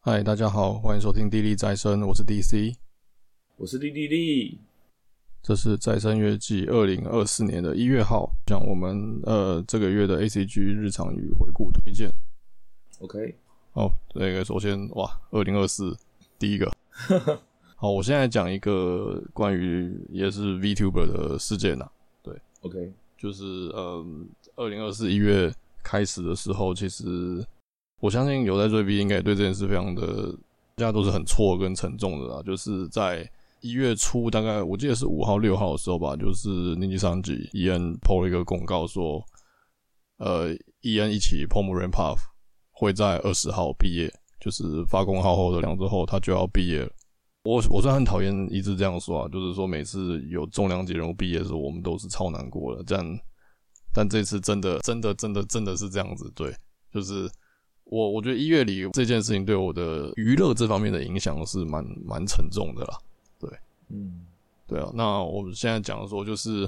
嗨，大家好，欢迎收听地利再生，我是 DC， 我是利。 这是再生月季2024年的1月号，讲我们这个月的 ACG 日常与回顾推荐。 OK， 好，这个首先2024第一个，好，我现在讲一个关于也是 VTuber 的事件啊，对 ，OK， 就是2024 1月开始的时候，其实我相信有在追 V 应该也对这件事非常的，大家都是很错跟沉重的啦。就是在1月初，大概我记得是5号、6号的时候吧，就是Ninja Sanji EN PO 了一个公告说，EN 一起 POM Rain Path 会在20号毕业，就是发公号后的2周后他就要毕业了。我虽然很讨厌一直这样说啊，就是说每次有重量级人物毕业的时候，我们都是超难过的。但这次真的是这样子，对，就是我觉得1月里这件事情对我的娱乐这方面的影响是蛮沉重的啦，对，对啊。那我们现在讲的说就是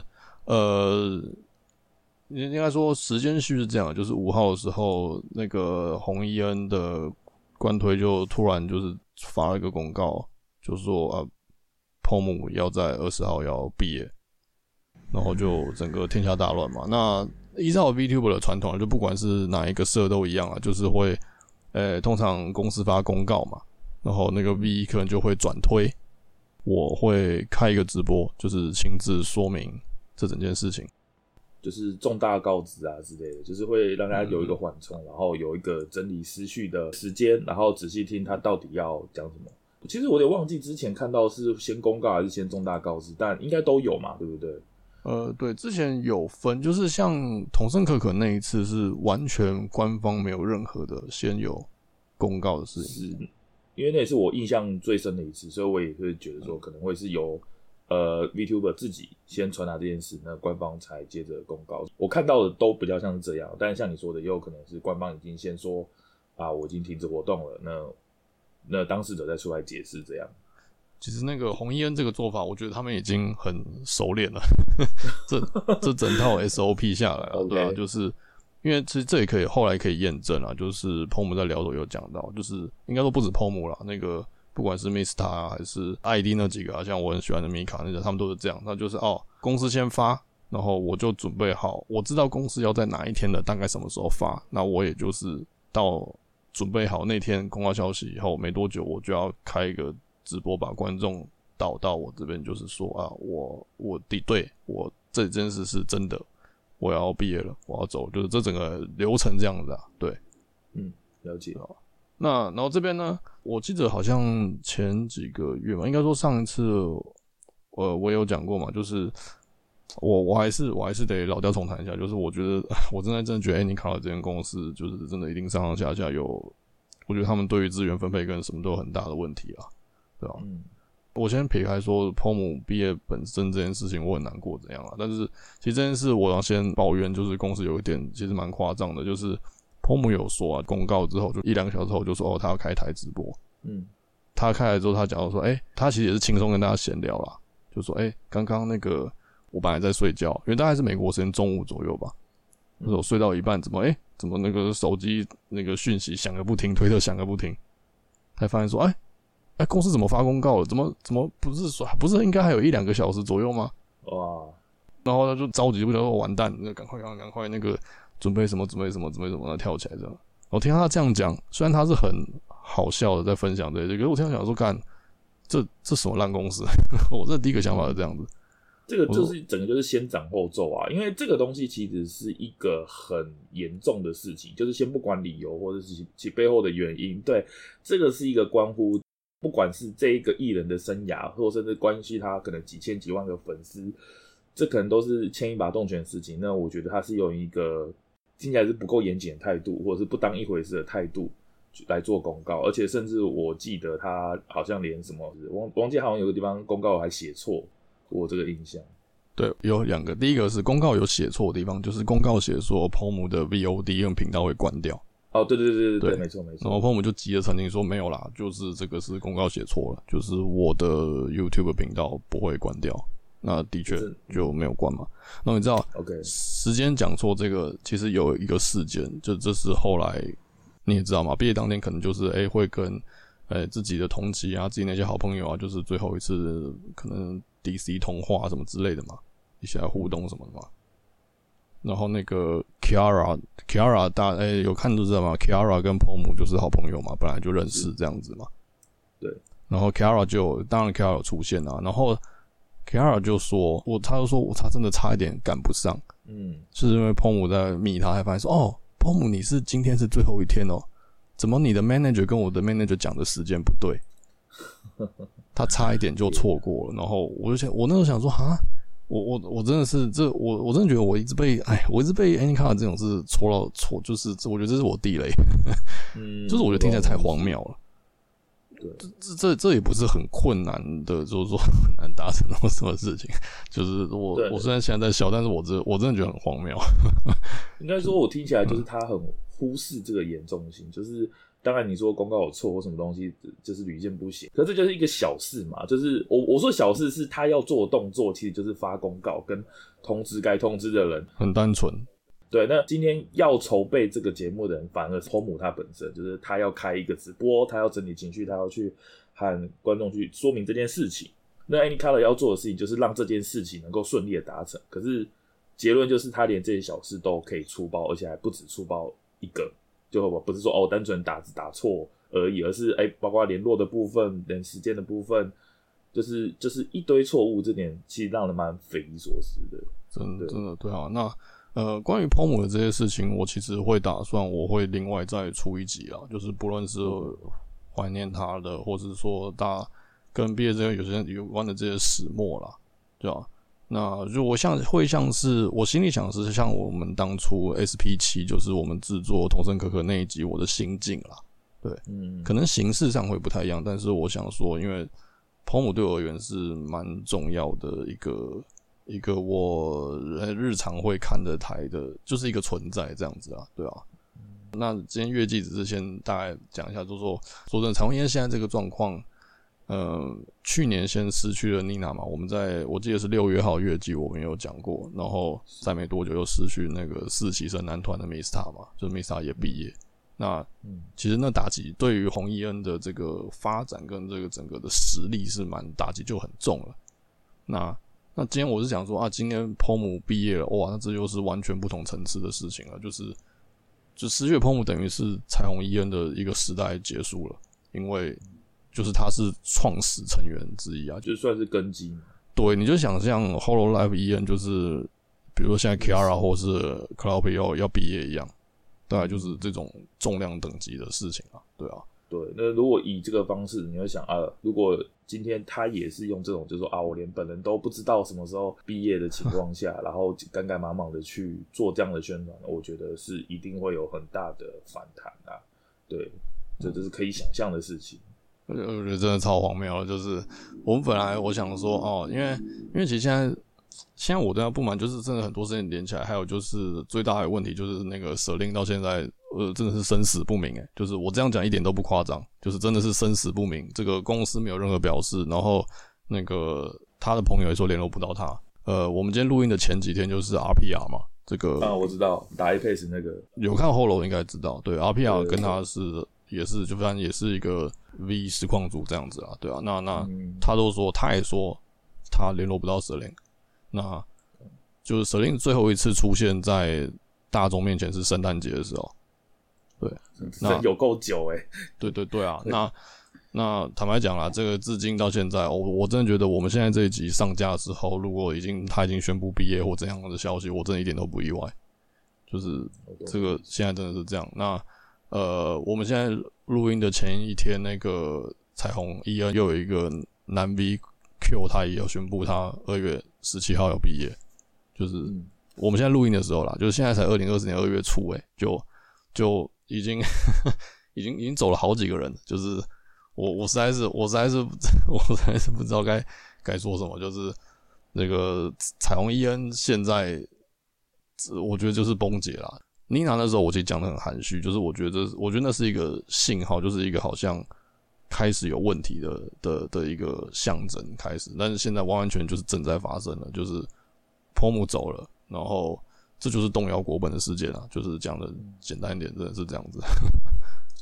应该说时间序是这样，就是5号的时候，那个洪一恩的官推就突然就是发了一个公告，就说POM 要在20号要毕业，然后就整个天下大乱嘛。那依照 VTuber 的传统，就不管是哪一个社都一样啊，就是会通常公司发公告嘛，然后那个 V 可能就会转推，我会开一个直播，就是亲自说明这整件事情， 就是重大告知啊之类的，就是会让大家有一个缓冲，然后有一个整理思绪的时间，然后仔细听他到底要讲什么。其实我有点忘记之前看到是先公告还是先重大告知，但应该都有嘛，对不对？ 对，之前有分，就是像统胜可可那一次是完全官方没有任何的先有公告的事情， 是因为那也是我印象最深的一次，所以我也会觉得说可能会是由VTuber 自己先传达这件事，那官方才接着公告。我看到的都比较像是这样，但是像你说的，也有可能是官方已经先说啊，我已经停止活动了，那当事者再出来解释这样。 其实那个洪一恩这个做法，我觉得他们已经很熟练了。这整套 SOP 下来了， okay. 对啊，就是因为其实这也可以后来可以验证啊，就是 POM 在聊的有讲到，就是应该说不止 POM 啦，那个不管是 Mr. 啊还是 ID 那几个啊，像我很喜欢的米卡那个，他们都是这样，那就是公司先发，然后我就准备好，我知道公司要在哪一天的大概什么时候发，那我也就是到准备好那天公告消息以后没多久，我就要开一个直播，把观众导到我这边，就是说啊，我对我这件事是真的，我要毕业了，我要走，就是这整个流程这样子啊，对， 了解。 那然后这边呢，我记得好像前几个月嘛，应该说上一次，我也有讲过嘛，就是我还是得老调重弹一下，就是我觉得我真的觉得Anycar这间公司就是真的一定上上下下有，我觉得他们对于资源分配跟什么都有很大的问题啦，对吧？我先撇开说 POM 毕业本身这件事情我很难过怎样啦，但是其实这件事我要先抱怨，就是公司有一点其实蛮夸张的，就是 POM 有说啊，公告之后就1-2个小时后就说他要开台直播，他开来之后他讲到说他其实也是轻松跟大家闲聊啦，就说刚刚那个我本来在睡觉，因为大概是美国时间中午左右吧，那时候睡到一半怎么那个手机那个讯息响个不停，推特响个不停，才发现说公司怎么发公告了？怎么不是应该还有1-2个小时左右吗？ 哇！ 然后他就着急，不想说完蛋，那赶快那个准备什么，那跳起来这样。我听到他这样讲，虽然他是很好笑的在分享这些，可是我听他讲说，干这什么烂公司？我这第一个想法是这样子。 这个就是整个就是先斩后奏啊，因为这个东西其实是一个很严重的事情，就是先不管理由或者是其背后的原因，对，这个是一个关乎不管是这一个艺人的生涯，或甚至关系他可能几千几万个粉丝，这可能都是牵一发动全的事情。那我觉得他是用一个听起来是不够严谨的态度，或者是不当一回事的态度来做公告，而且甚至我记得他好像连什么忘记好像有个地方公告还写错，我这个印象。 对，有2个，第一个是公告有写错的地方，就是公告写说 POM 的 VOD 跟频道会关掉。 对，没错。 然后 POM 就急着澄清说没有啦，就是这个是公告写错了，就是我的 YouTube 频道不会关掉。那的确就没有关嘛。那你知道，时间讲错这个，其实有一个事件，就这是后来你也知道嘛，毕业当天可能就是会跟自己的同期啊，自己那些好朋友啊，就是最后一次可能 DC 通话什么之类的嘛，一起来互动什么的嘛。然后那个 Kiara 有看都知道嘛 ，Kiara 跟 Pom 就是好朋友嘛，本来就认识这样子嘛。 对。 然后 Kiara 当然 Kiara 有出现啊，然后 Kiara 就说他就说他真的差一点赶不上，是因为 Pom 在密他，还发现说Pom 你今天是最后一天哦，怎么你的 manager 跟我的 manager 讲的时间不对？他差一点就错过了，然后我那时候想说我真的是我真的觉得我一直被 Anycar 这种事戳，就是我觉得这是我地雷，就是我觉得听起来太荒谬了。对，这也不是很困难的，就是说很难达成什么事情。就是我虽然现在在笑，但是我真的觉得很荒谬。 应该说，我听起来就是他很忽视这个严重性，就是当然你说公告有错或什么东西，就是屡见不鲜。可是这就是一个小事嘛，就是我说小事是他要做的动作，其实就是发公告跟通知该通知的人， 很单纯。 对，那今天要筹备这个节目的人，反而是 Pom 他本身，就是他要开一个直播，他要整理情绪，他要去和观众去说明这件事情。那 Anycar 要做的事情就是让这件事情能够顺利的达成。可是结论就是他连这些小事都可以出包，而且还不止出包一个，就不是说单纯打错而已，而是包括联络的部分、连时间的部分，就是一堆错误，这点其实让人蛮匪夷所思的。 真的对啊，那。关于 Pom 的这些事情，我其实会打算我会另外再出一集啦，就是不论是怀念他的，或是说大跟毕业这个有关的这些始末啦，对吧？那就会像是我心里想的是像我们当初 SP7，就是我们制作桐生可可那一集我的心境啦，对，可能形式上会不太一样，但是我想说，因为 Pom 对我而言是蛮重要的一个我日常会看的台的，就是一个存在这样子啊，对啊。那今天月季只是先大概讲一下，就是说真的，彩虹烟现在这个状况，去年先失去了妮娜嘛，我记得是6月号月季我们有讲过，然后再没多久又失去那个4期生男团的 Mista 嘛，就是 Mista 也毕业。那其实那打击对于洪一恩的这个发展跟这个整个的实力是蛮打击就很重了。那今天我是想说今天 Pom 毕业了，哇，那这就是完全不同层次的事情了。就失去 Pom 等于是彩虹伊恩的一个时代结束了，因为就是他是创始成员之一啊， 就算是根基嘛。 对，你就想象 Hololive 伊恩就是，比如说现在 Kiara 或是 Cloud 要毕业一样，大概就是这种重量等级的事情啊，对啊。 对，那如果以这个方式，你会想如果今天他也是用这种，就是说我连本人都不知道什么时候毕业的情况下，然后赶赶忙忙的去做这样的宣传，我觉得是一定会有很大的反弹啊。对，这是可以想象的事情。 我觉得真的超荒谬的，就是我们本来我想说因为其实现在我对他不满，就是真的很多事情连起来，还有就是最大的问题就是那个舍令到现在真的是生死不明就是我这样讲一点都不夸张，就是真的是生死不明，这个公司没有任何表示，然后那个他的朋友也说联络不到他。我们今天录音的前几天就是 RPR 嘛，这个我知道打 Apex 那个有看Holo 应该知道，对 RPR 跟他也是就反正也是一个 V 实况组这样子啊，对啊，那他也说他联络不到舍令。那就是舍令最后一次出现在大众面前是圣诞节的时候，对，那有够久对啊，那坦白讲啦，这个至今到现在，我真的觉得我们现在这一集上架之后，如果他已经宣布毕业或怎样的消息，我真的一点都不意外，就是这个现在真的是这样。那我们现在录音的前一天，那个彩虹伊恩又有一个男 VQ， 他也有宣布他2月17号要毕业，就是我们现在录音的时候啦，就是现在才2024年2月初就已经已经走了好几个人，就是我实在是不知道该说什么，就是那个彩虹伊恩现在我觉得就是崩解啦。妮娜那时候我其实讲得很含蓄，就是我觉得那是一个信号，就是一个好像开始有问题的一个象征开始，但是现在完完全就是正在发生了，就是 Pom 走了，然后这就是动摇国本的事件啊，就是讲的简单一点，真的是这样子。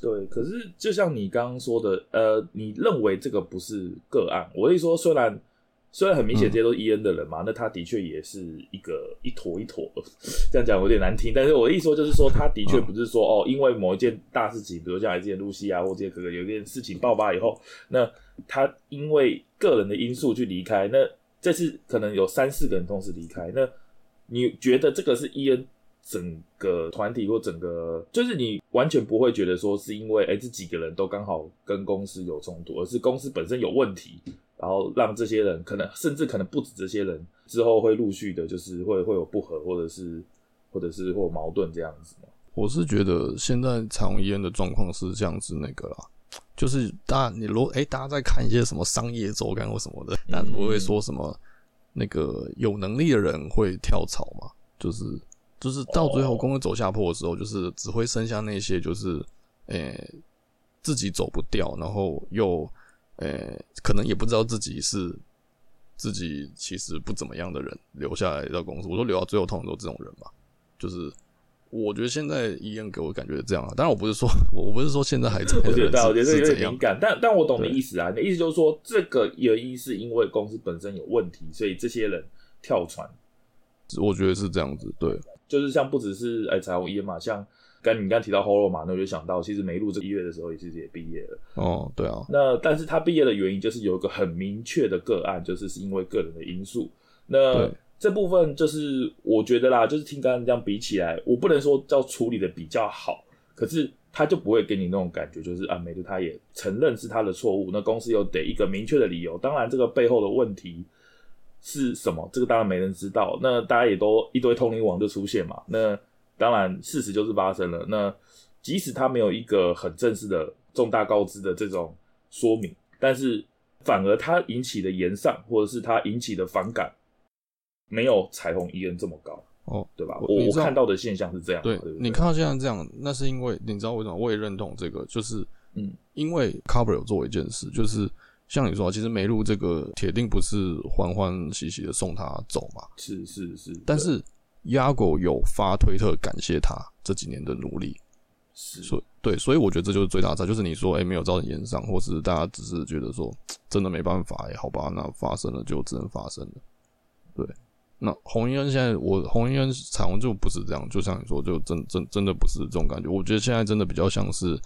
对，可是就像你刚刚说的，你认为这个不是个案，我的意思说，虽然很明显这些都是 EN 的人嘛，那他的确也是一坨一坨，这样讲有点难听，但是我的意思说就是说，他的确不是说因为某一件大事情，比如像之前露西啊，或这些可能有一件事情爆发以后，那他因为个人的因素去离开，那这次可能有3-4个人同时离开，那你觉得这个是 EN 整个团体或整个，就是你完全不会觉得说是因为这几个人都刚好跟公司有冲突，而是公司本身有问题，然后让这些人甚至可能不止这些人之后会陆续的，就是会有不合，或者是会有矛盾这样子吗？ 我是觉得现在彩虹EN的状况是这样子那个啦，就是大家在看一些什么商业周刊或什么的，但不会说什么那个有能力的人会跳槽嘛，就是到最后公司走下坡的时候，就是只会剩下那些就是自己走不掉，然后又可能也不知道自己其实不怎么样的人留下来到公司。我说留到最后通常都这种人嘛，就是我觉得现在EN给我感觉是这样啊。当然我不是说现在还在的人我觉得有是怎样， 点敏感，但我懂你的意思啊。你的意思就是说，这个原因是因为公司本身有问题，所以这些人跳船。 我觉得是这样子，对。 就是像不只是彩虹EN嘛，像你刚提到 Holo 嘛，那我就想到其实梅露这个1月的时候其实也毕业了。 哦，对啊。 那但是他毕业的原因就是有一个很明确的个案，就是因为个人的因素。那这部分就是我觉得啦，就是听刚刚这样比起来，我不能说叫处理的比较好，可是他就不会给你那种感觉，就是梅露他也承认是他的错误，那公司又得一个明确的理由。当然这个背后的问题是什么，这个当然没人知道，那大家也都一堆通灵王就出现嘛，那当然事实就是发生了，那即使他没有一个很正式的重大告知的这种说明，但是反而他引起的延上或者是他引起的反感没有彩虹EN这么高，对吧？我看到的现象是这样，对不对？ 你看到现在这样，那是因为你知道为什么？我也认同这个，就是因为 Cover 有做一件事，就是像你说，其实梅露这个铁定不是欢欢喜喜的送他走嘛， 是， 但是Yago 有发推特感谢他这几年的努力，所以我觉得这就是最大的差，就是你说没有造成延上，或是大家只是觉得说真的没办法好吧，那发生了就只能发生了，对。那红衣恩现在红衣恩彩虹就不是这样，就像你说，就真的不是这种感觉。我觉得现在真的比较像是，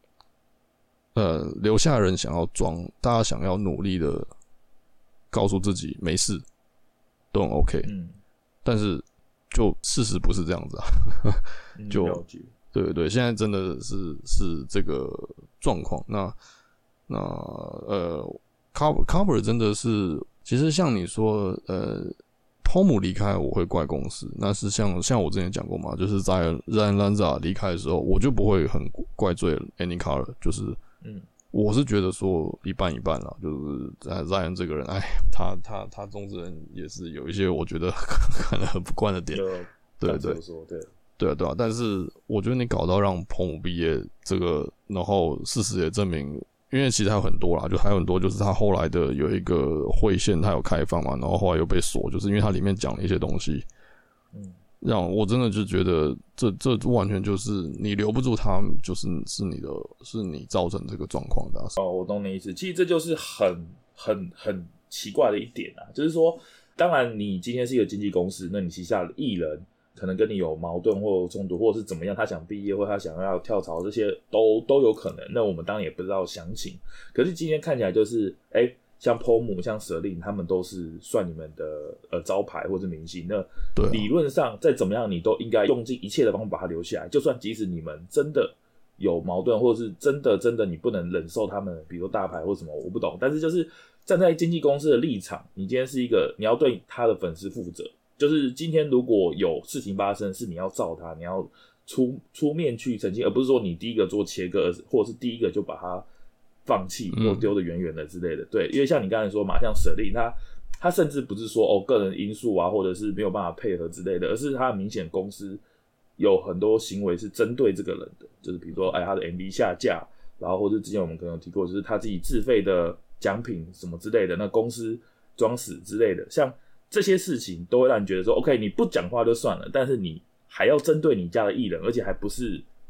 留下的人想要装，大家想要努力的告诉自己没事，都很 OK。但是就事实不是这样子啊，就对，现在真的是这个状况。那cover 真的是，其实像你说Pomu 离开我会怪公司，那是像我之前讲过嘛，就是在 Ryan Lanza 离开的时候，我就不会很怪罪 Anycar， 就是我是觉得说一半一半啦，就是 Ryan 这个人，他中之人也是有一些我觉得可能很不惯的点，对啊，但是我觉得你搞到让Pomu毕业这个，然后事实也证明。因为其实还有很多啦，就还有很多，就是他后来的有一个会线，他有开放嘛，然后后来又被锁，就是因为他里面讲了一些东西，让我真的就觉得这完全就是你留不住他，就是是你造成这个状况的我懂你意思。其实这就是很奇怪的一点啊，就是说，当然你今天是一个经纪公司，那你旗下的艺人可能跟你有矛盾或冲突，或者是怎么样，他想毕业或他想要跳槽，这些都有可能。那我们当然也不知道详情。可是今天看起来就是，像 Pomu 像舍令，他们都是算你们的招牌或是明星。那理论上再怎么样，你都应该用尽一切的方法把他留下来。就算即使你们真的有矛盾，或者是真的你不能忍受他们，比如大牌或什么，我不懂。但是就是站在经纪公司的立场，你今天是一个你要对他的粉丝负责。就是今天如果有事情发生，是你要罩他，你要出面去澄清，而不是说你第一个做切割，或者是第一个就把他放弃或丢得远远的之类的。对，因为像你刚才说嘛，像舍令他甚至不是说个人因素啊，或者是没有办法配合之类的，而是他明显公司有很多行为是针对这个人的，就是比如说他的 MV 下架，然后或者之前我们可能有提过，就是他自己自费的奖品什么之类的，那公司装死之类的，像这些事情都会让你觉得说 OK 你不讲话就算了，但是你还要针对你家的艺人，而且还不是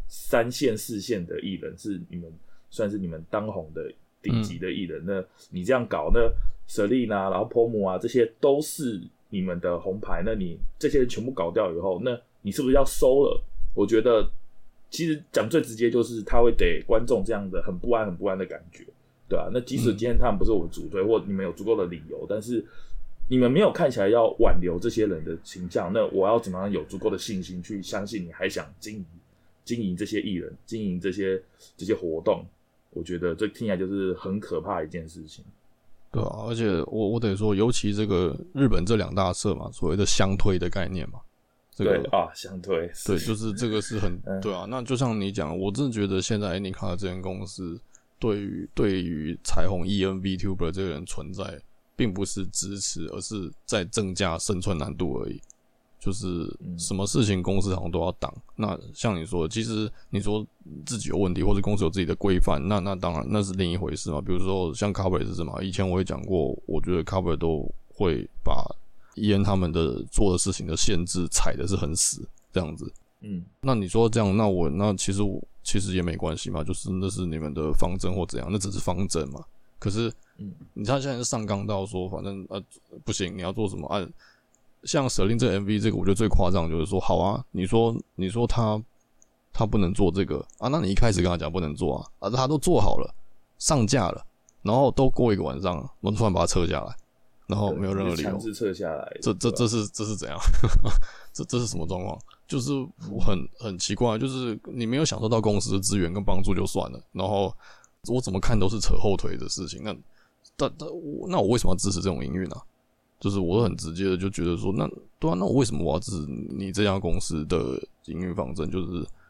3线4线的艺人，是你们算是你们当红的顶级的艺人，那你这样搞，那 Selina 然后 Pomu 啊，这些都是你们的红牌，那你这些人全部搞掉以后，那你是不是要收了？我觉得其实讲最直接就是他会给观众这样的很不安的感觉，对啊，那即使今天他们不是我们主推，或你们有足够的理由，但是你们没有看起来要挽留这些人的形象，那我要怎么样有足够的信心去相信你还想经营这些艺人，经营这些活动？我觉得这听起来就是很可怕的一件事情。 对啊，而且我得说，尤其这个日本这2大社嘛，所谓的相推的概念嘛，这个对啊，相推， 对，就是这个是很对啊。那就像你讲，我真的觉得现在 Anycar 这间公司对于彩虹 EN-VTuber 这个人存在，并不是支持，而是在增加生存难度而已。就是什么事情公司好像都要挡。那像你说的，其实你说自己有问题，或者公司有自己的规范，那当然那是另一回事嘛。比如说像 Cover 也是什么，以前我也讲过，我觉得 Cover 都会把EN 他们的做的事情的限制踩的是很死，这样子。那你说这样，那其实也没关系嘛，就是那是你们的方针或怎样，那只是方针嘛。可是，你看现在是上纲到说，反正不行，你要做什么像舍令这个 MV 这个，我觉得最夸张就是说，好啊，你说他不能做这个啊，那你一开始跟他讲不能做啊，他都做好了，上架了，然后都过一个晚上，然后突然把它撤下来，然后没有任何理由， 强制撤下来， 这是怎样？这是什么状况？就是很奇怪，就是你没有享受到公司的资源跟帮助就算了，然后我怎么看都是扯后腿的事情，那我为什么要支持这种营运啊？就是我很直接的就觉得说，对啊，那我为什么我要支持你这家公司的营运方针？就是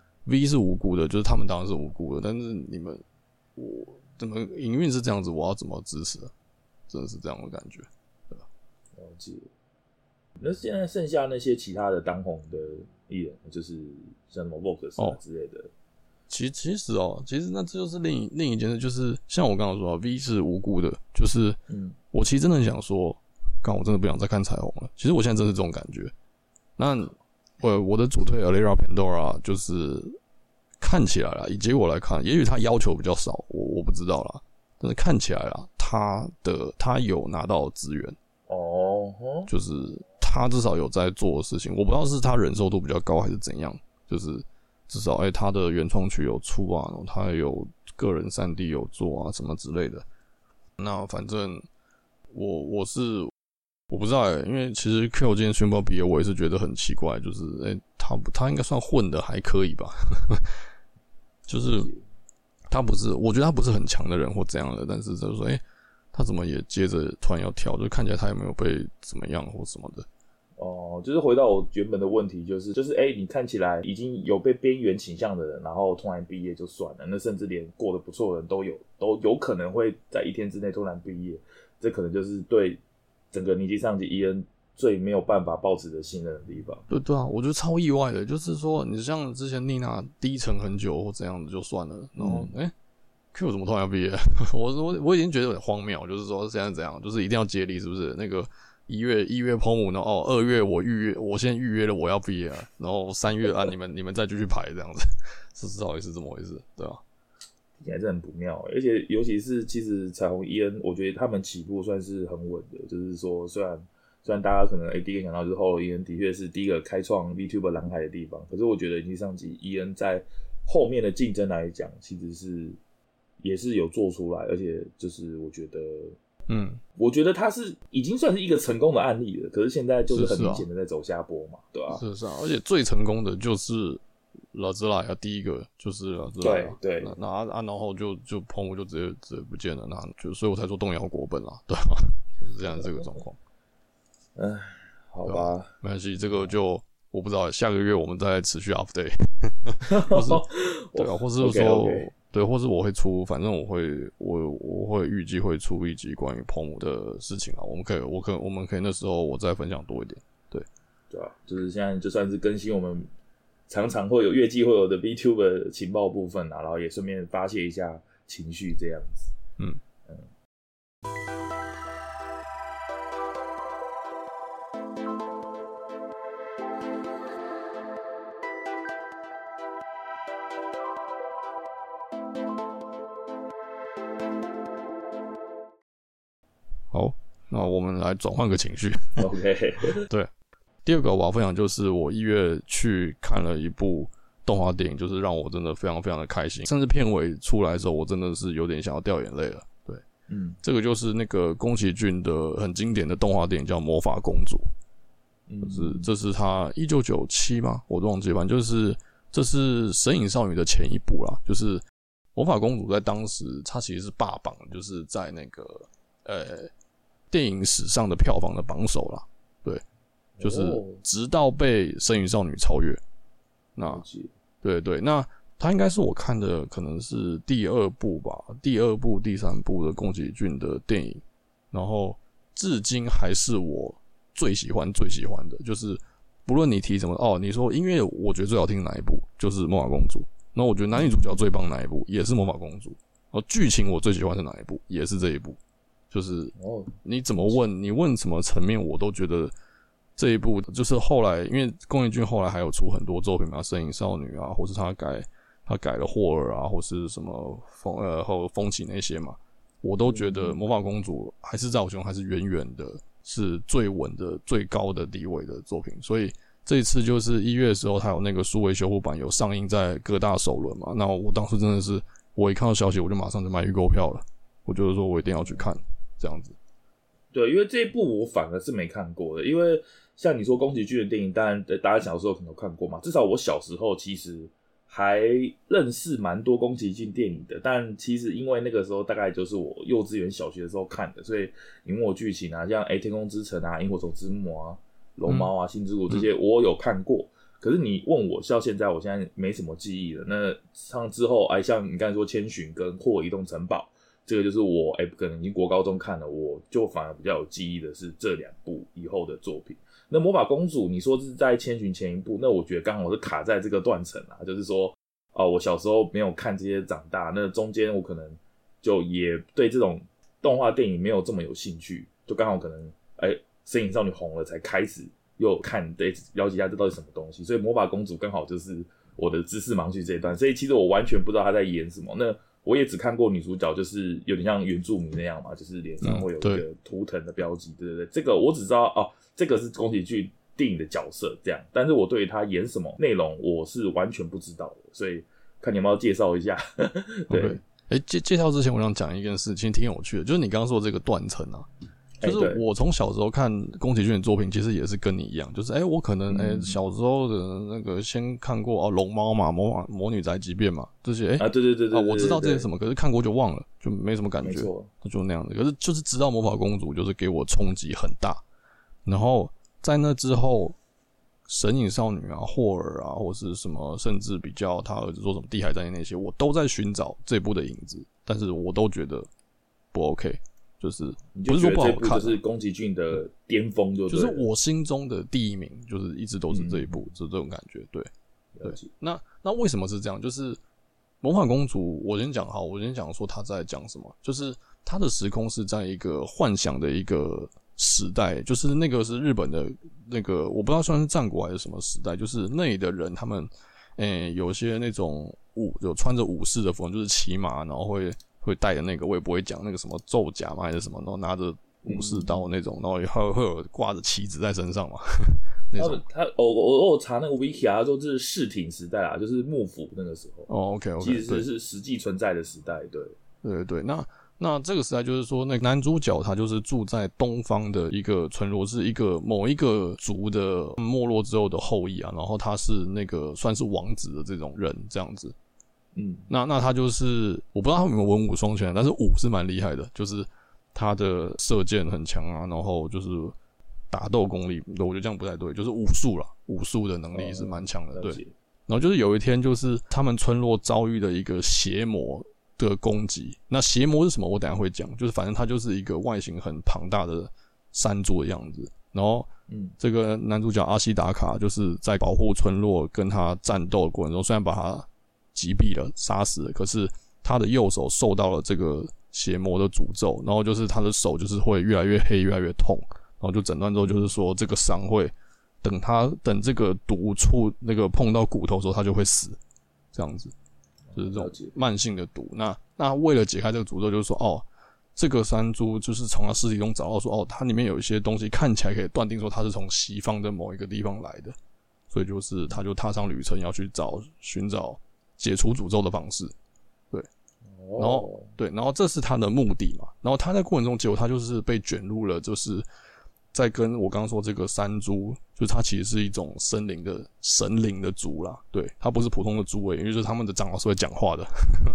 V 是无辜的，就是他们当然是无辜的，但是我怎么营运是这样子，我要怎么支持啊？真的是这样的感觉，对吧？ 了解。那现在剩下那些其他的当红的艺人，就是像什么 Vox 之类的。 其实那这就是另一件事，就是像我刚刚说V 是无辜的，就是我其实真的很想说。我真的不想再看彩虹了。其实我现在真是这种感觉。那我的主推 Alera Pandora 就是看起来啦，以结果来看，也许他要求比较少，我不知道啦。但是看起来啦，他有拿到资源就是他至少有在做的事情。我不知道是他忍受度比较高还是怎样，就是至少他的原创曲有出啊，然后他有个人3D 有做啊什么之类的。那反正我不知道因为其实 Q 今天宣布毕业，我也是觉得很奇怪，就是他应该算混的还可以吧，就是他不是，我觉得他不是很强的人或怎样的，但是就是说他怎么也接着突然要跳，就看起来他有没有被怎么样或什么的。 就是回到我原本的问题，就是你看起来已经有被边缘倾向的人，然后突然毕业就算了，那甚至连过得不错的人都有可能会在1天之内突然毕业，这可能就是对整个尼基上级 EN 最没有办法抱持的信任的地方。 对啊，我觉得超意外的，就是说你像之前妮娜低沉很久或怎样的就算了，然后Q 怎么突然要毕业？我已经觉得有点荒谬，就是说现在怎样，就是一定要接力，是不是？那个一月Pomu，然后2月我先预约了我要毕业了，然后3月你们再继续排这样子，是到底是这么回事？对吧？ 听起来是很不妙，而且尤其是其实彩虹 EN， 我觉得他们起步算是很稳的，就是说虽然大家可能第一个想到就是后 EN 的确是第一个开创 VTuber 蓝海的地方，可是我觉得尼基上级 EN 在后面的竞争来讲，其实也是有做出来，而且就是我觉得他是已经算是一个成功的案例了，可是现在就是很明显的在走下坡嘛，对吧？ 是啊，而且最成功的就是拉兹拉呀，第一个就是拉兹拉， 对， 然后就Pomu就直接不见了，所以我才说动摇国本啦，对吧？就是这样这个状况。 好吧， 没关系，这个就我不知道，下个月我们再持续 update， 或是对啊，或是说 okay. 对，或是我会出，反正我会预计会出一集关于Pomu的事情啊，我们可以那时候我再分享多一点，对啊，就是现在就算是更新我们常常会有月季会有的 VTuber 情报部分啊，然后也顺便发泄一下情绪这样子， 那我们来转换个情绪。 OK， 对，第二个我要分享就是我1月去看了一部动画电影，就是让我真的非常非常的开心，甚至片尾出来的时候，我真的是有点想要掉眼泪了。对，这个就是那个宫崎骏的很经典的动画电影叫《魔法公主》，就是这是他1997吗？我都忘记了，就是这是《神隐少女》的前一部啦，就是魔法公主在当时她其实是霸榜，就是在那个电影史上的票房的榜首啦。对，就是直到被《神隐少女》超越。那对对，那它应该是我看的可能是第二部吧，第二部、第三部的宫崎骏的电影，然后至今还是我最喜欢的，就是不论你提什么你说音乐我觉得最好听的哪一部，就是《魔法公主》，那我觉得男女主角最棒哪一部，也是《魔法公主》，剧情我最喜欢是哪一部，也是这一部，就是你怎么问，你问什么层面，我都觉得这一部就是后来，因为宫崎骏后来还有出很多作品嘛，《神隐少女》啊，或是他改了霍尔啊，或是什么风起那些嘛，我都觉得《魔法公主》还是在我心中还是远远的是最稳的、最高的地位的作品。所以这一次就是1月的时候，它有那个数位修复版有上映在各大首轮嘛，那我当时真的是，我一看到消息我就马上就买预购票了，我就是说我一定要去看这样子。 对，因为这一部我反而是没看过的，因为像你说宫崎骏的电影，当然大家小时候可能有看过嘛，至少我小时候其实还认识蛮多宫崎骏电影的，但其实因为那个时候大概就是我幼稚园小学的时候看的，所以你问我剧情啊，像天空之城啊、萤火虫之墓啊、龙猫啊、星之谷这些我有看过，可是你问我到现在，我现在没什么记忆了。那像之后像你刚才说千寻跟霍尔移动城堡，这个就是我可能已经国高中看了，我就反而比较有记忆的是这2部以后的作品。那魔法公主你说是在千寻前一部，那我觉得刚好是卡在这个断层啊，就是说我小时候没有看这些长大，那中间我可能就也对这种动画电影没有这么有兴趣，就刚好可能神隐少女红了才开始又看了解一下这到底什么东西，所以魔法公主刚好就是我的知识盲区这一段，所以其实我完全不知道她在演什么。那我也只看过女主角就是有点像原住民那样嘛，就是脸上会有一个图腾的标记，对对对，这个我只知道这个是宫崎骏电影的角色这样，但是我对于他演什么内容我是完全不知道的，所以看你有没有介绍一下。对， okay. 介绍之前我想讲一件事情挺有趣的，就是你刚刚说的这个断层啊，就是我从小时候看宫崎骏的作品，其实也是跟你一样，就是我可能小时候的那个先看过龙猫嘛、魔女宅急便嘛这些对我知道这些什么，可是看过就忘了，就没什么感觉，就那样的。可是就是直到魔法公主，就是给我冲击很大。然后在那之后，神隐少女啊、霍尔啊，或是什么，甚至比较他儿子做什么地海战役那些，我都在寻找这部的影子，但是我都觉得不 OK。就是不是说不好看， 就是宫崎骏的巅峰，就是我心中的第一名，就是一直都是这一部，就这种感觉。对，那为什么是这样？就是魔法公主，我先讲说他在讲什么，就是他的时空是在一个幻想的一个时代，就是那个是日本的那个，我不知道算是战国还是什么时代，就是那里的人他们，有些那种有穿着武士的服装，就是骑马，然后会带的那个，我也不会讲那个什么咒甲嘛还是什么，然后拿着武士刀那种，然后会有挂着旗子在身上嘛。那种我有查那个 wiki 啊，说这是室町时代啊，就是幕府那个时候。 OK， 其实是实际存在的时代， 对。那这个时代就是说，那个男主角他就是住在东方的一个村落，是某一个族的没落之后的后裔啊，然后他是那个算是王子的这种人这样子。那他就是我不知道他有没有文武双全，但是武是蛮厉害的，就是他的射箭很强啊，然后就是打斗功力，我觉得这样不太对，就是武术的能力是蛮强的，对。然后就是有一天，就是他们村落遭遇的一个邪魔的攻击。那邪魔是什么？我等一下会讲，就是反正他就是一个外形很庞大的山猪的样子。然后，这个男主角阿西达卡就是在保护村落跟他战斗的过程中，虽然把他击毙了、杀死了，可是他的右手受到了这个邪魔的诅咒，然后就是他的手就是会越来越黑、越来越痛，然后就诊断之后就是说这个伤会等这个毒那个碰到骨头的时候，他就会死，这样子，就是这种慢性的毒。那为了解开这个诅咒，就是说这个山猪就是从他尸体中找到说，它里面有一些东西看起来可以断定说它是从西方的某一个地方来的，所以就是他就踏上旅程要去寻找解除诅咒的方式，对，然后这是他的目的嘛，然后他在过程中结果他就是被卷入了，就是在跟我刚刚说这个山猪，就是它其实是一种神灵的族啦，对，它不是普通的猪因为就是他们的长老是会讲话的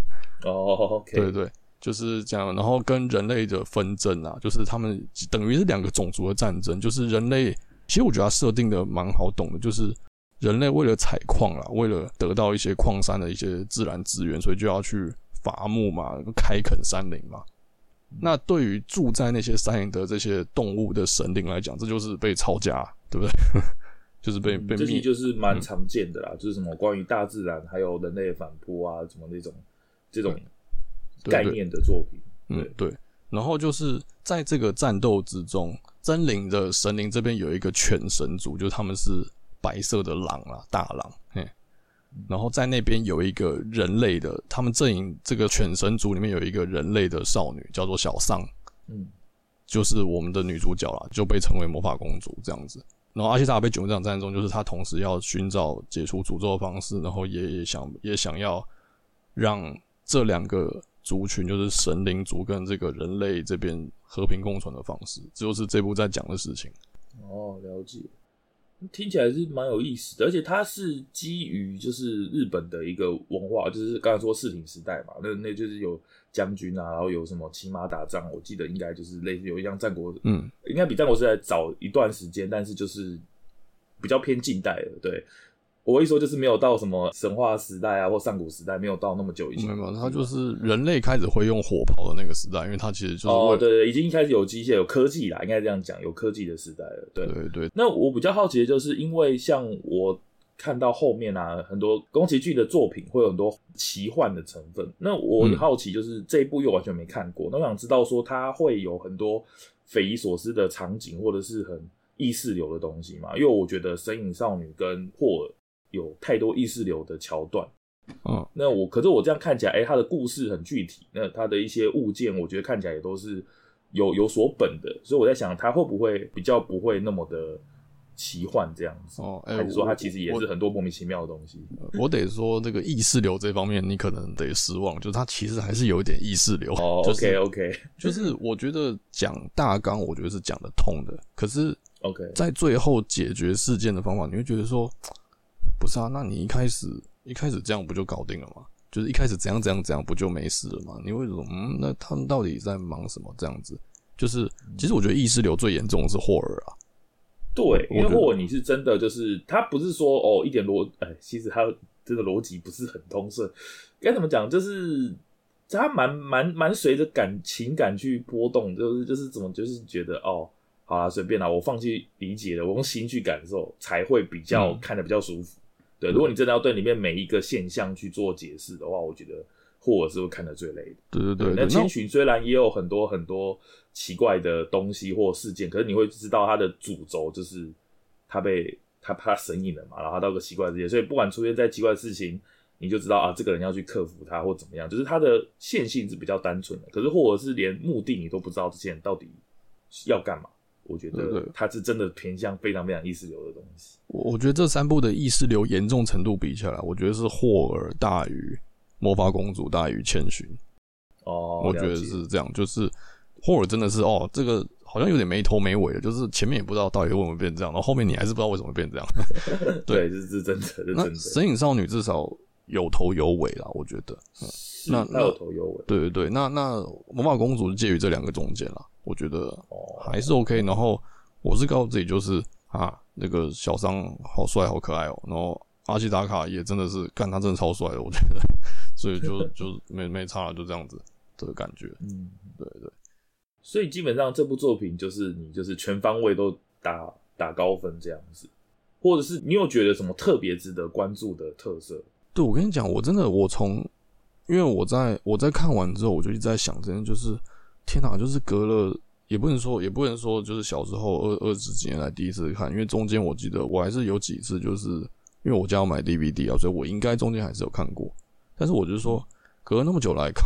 OK， 对对，就是这样，然后跟人类的纷争啊，就是他们等于是两个种族的战争，就是人类，其实我觉得它设定的蛮好懂的，就是人类为了采矿啦，为了得到一些矿山的一些自然资源，所以就要去伐木嘛，开垦山林嘛。那对于住在那些山林的这些动物的神灵来讲，这就是被抄家，对不对？就是被灭， 这就是蛮常见的啦，就是什么关于大自然还有人类的反扑啊，什么这种概念的作品。 对。然后就是在这个战斗之中，真灵的神灵这边有一个犬神族，就是他们是白色的狼啦，大狼，然后在那边有一个人类的，他们阵营这个犬神族里面有一个人类的少女，叫做小桑，就是我们的女主角啦，就被称为魔法公主这样子。然后阿西达被卷入这场战争中，就是她同时要寻找解除诅咒的方式，然后也想要让这两个族群，就是神灵族跟这个人类这边和平共存的方式，这就是这部在讲的事情。 了解。听起来是蛮有意思的，而且它是基于就是日本的一个文化，就是刚才说室町时代嘛，那就是有将军啊，然后有什么骑马打仗，我记得应该就是类似有一样战国，应该比战国时代早一段时间，但是就是比较偏近代了。对，我一说就是没有到什么神话时代啊或上古时代，没有到那么久以前。 没有，它就是人类开始会用火炮的那个时代，因为它其实就是对，已经开始有机械、有科技啦，应该这样讲，有科技的时代了。对。那我比较好奇的就是，因为像我看到后面啊，很多宫崎骏的作品会有很多奇幻的成分。那我很好奇，就是这一部又完全没看过，那我想知道说它会有很多匪夷所思的场景，或者是很意识流的东西嘛？因为我觉得《神隐少女》跟霍尔有太多意识流的桥段。可是我这样看起来，它的故事很具体，那它的一些物件，我觉得看起来也都是有所本的，所以我在想，它会不会比较不会那么的奇幻这样子？还是说它其实也是很多莫名其妙的东西？ 我得说，这个意识流这方面，你可能得失望，就是它其实还是有一点意识流。 OK， 就是我觉得讲大纲，我觉得是讲得通的，可是在最后解决事件的方法，你会觉得说，不是啊？那你一开始这样不就搞定了吗？就是一开始怎样不就没事了吗？你为什么那他们到底在忙什么？这样子，就是其实我觉得意识流最严重的是霍尔啊。 对，因为霍尔你是真的就是他不是说一点其实他这个逻辑不是很通顺，该怎么讲？就是他蛮随着情感去波动，就是怎么就是觉得好啦，随便啦，我放弃理解了，我用心去感受，才会比较看得比较舒服。对，如果你真的要对里面每一个现象去做解释的话，我觉得霍尔是会看得最累的。对。那千寻虽然也有很多很多奇怪的东西或事件，可是你会知道他的主轴就是他被他神隐了嘛，然后他到个奇怪的世界，所以不管出现在奇怪的事情，你就知道这个人要去克服他或怎么样，就是他的线性是比较单纯的。可是霍尔是连目的你都不知道，这些人到底要干嘛。我觉得它是真的偏向非常非常意识流的东西。 我觉得这三部的意识流严重程度比起来，我觉得是霍尔大于魔法公主大于千寻。我觉得是这样，就是霍尔真的是这个好像有点没头没尾的，就是前面也不知道到底为什么变这样，然后后面你还是不知道为什么变这样。 对，这是真的，这是真的。 那神隐少女至少有头有尾啦，我觉得。 那有头有尾。 对，那魔法公主是介于这两个中间啦，我觉得还是 OK。然后我是告诉自己，就是那个小桑好帅好可爱然后阿西达卡也真的是干，他真的超帅的，我觉得，所以就没差了，就这样子的感觉。对。 所以基本上这部作品就是你就是全方位都打高分这样子，或者是你有觉得什么特别值得关注的特色？ 对，我跟你讲，因为我在看完之后，我就一直在想这件，就是天哪，就是隔了也不能说就是小时候20几年来第一次看，因为中间我记得我还是有几次，就是因为我家要买 DVD 所以我应该中间还是有看过，但是我就说隔了那么久来看，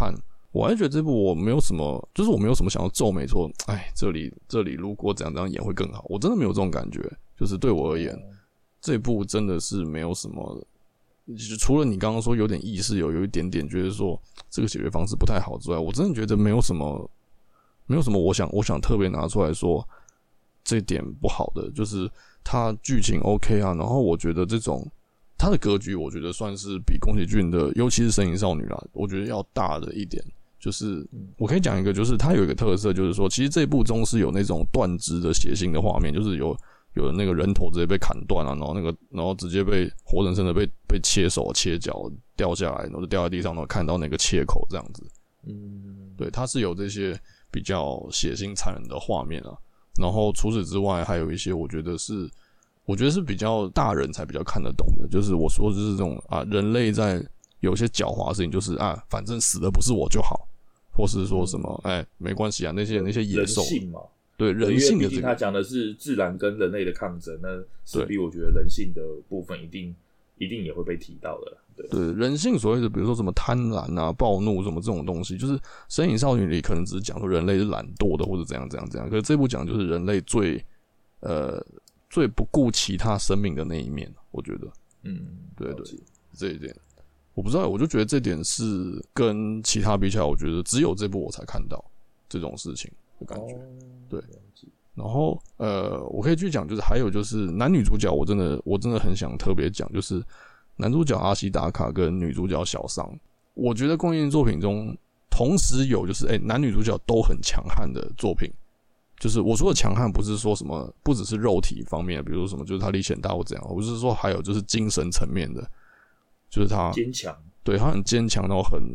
我还觉得这部我没有什么，就是我没有什么想要皱眉说，哎，这里如果怎样演会更好，我真的没有这种感觉。就是对我而言，这部真的是没有什么，除了你刚刚说有点意识有一点点觉得说这个解决方式不太好之外，我真的觉得没有什么我想特别拿出来说这点不好的，就是它剧情 OK 啊，然后我觉得这种它的格局，我觉得算是比宫崎骏的，尤其是《神隐少女》啦，我觉得要大的一点。就是我可以讲一个，就是它有一个特色，就是说，其实这部中是有那种断肢的血腥的画面，就是有那个人头直接被砍断啊，然后直接被活生生的被切手切脚掉下来，然后就掉在地上，然后看到那个切口这样子。对，它是有这些比较血腥残忍的画面啊。然后除此之外，还有一些我觉得是比较大人才比较看得懂的，就是我说的就是这种啊，人类在有些狡猾的事情，就是啊，反正死的不是我就好，或是说什么没关系啊，那些野兽， 人性嘛， 对人性的毕竟他讲的是自然跟人类的抗争，那势必我觉得人性的部分一定也会被提到的。 对人性所谓的，比如说什么贪婪啊、暴怒什么这种东西，就是《神隐少女》里可能只是讲说人类是懒惰的，或者怎样，可是这部讲就是人类最不顾其他生命的那一面，我觉得，对，这一点我不知道，我就觉得这点是跟其他比起来，我觉得只有这部我才看到这种事情的感觉，对。然后我可以继续讲，就是还有就是男女主角，我真的很想特别讲，就是男主角阿西达卡跟女主角小桑，我觉得宫崎骏作品中同时有就是男女主角都很强悍的作品。就是我说的强悍，不是说什么不只是肉体方面，比如说什么就是他力气很大或怎样，我是说还有就是精神层面的，就是他坚强，对， 他很坚强，然后很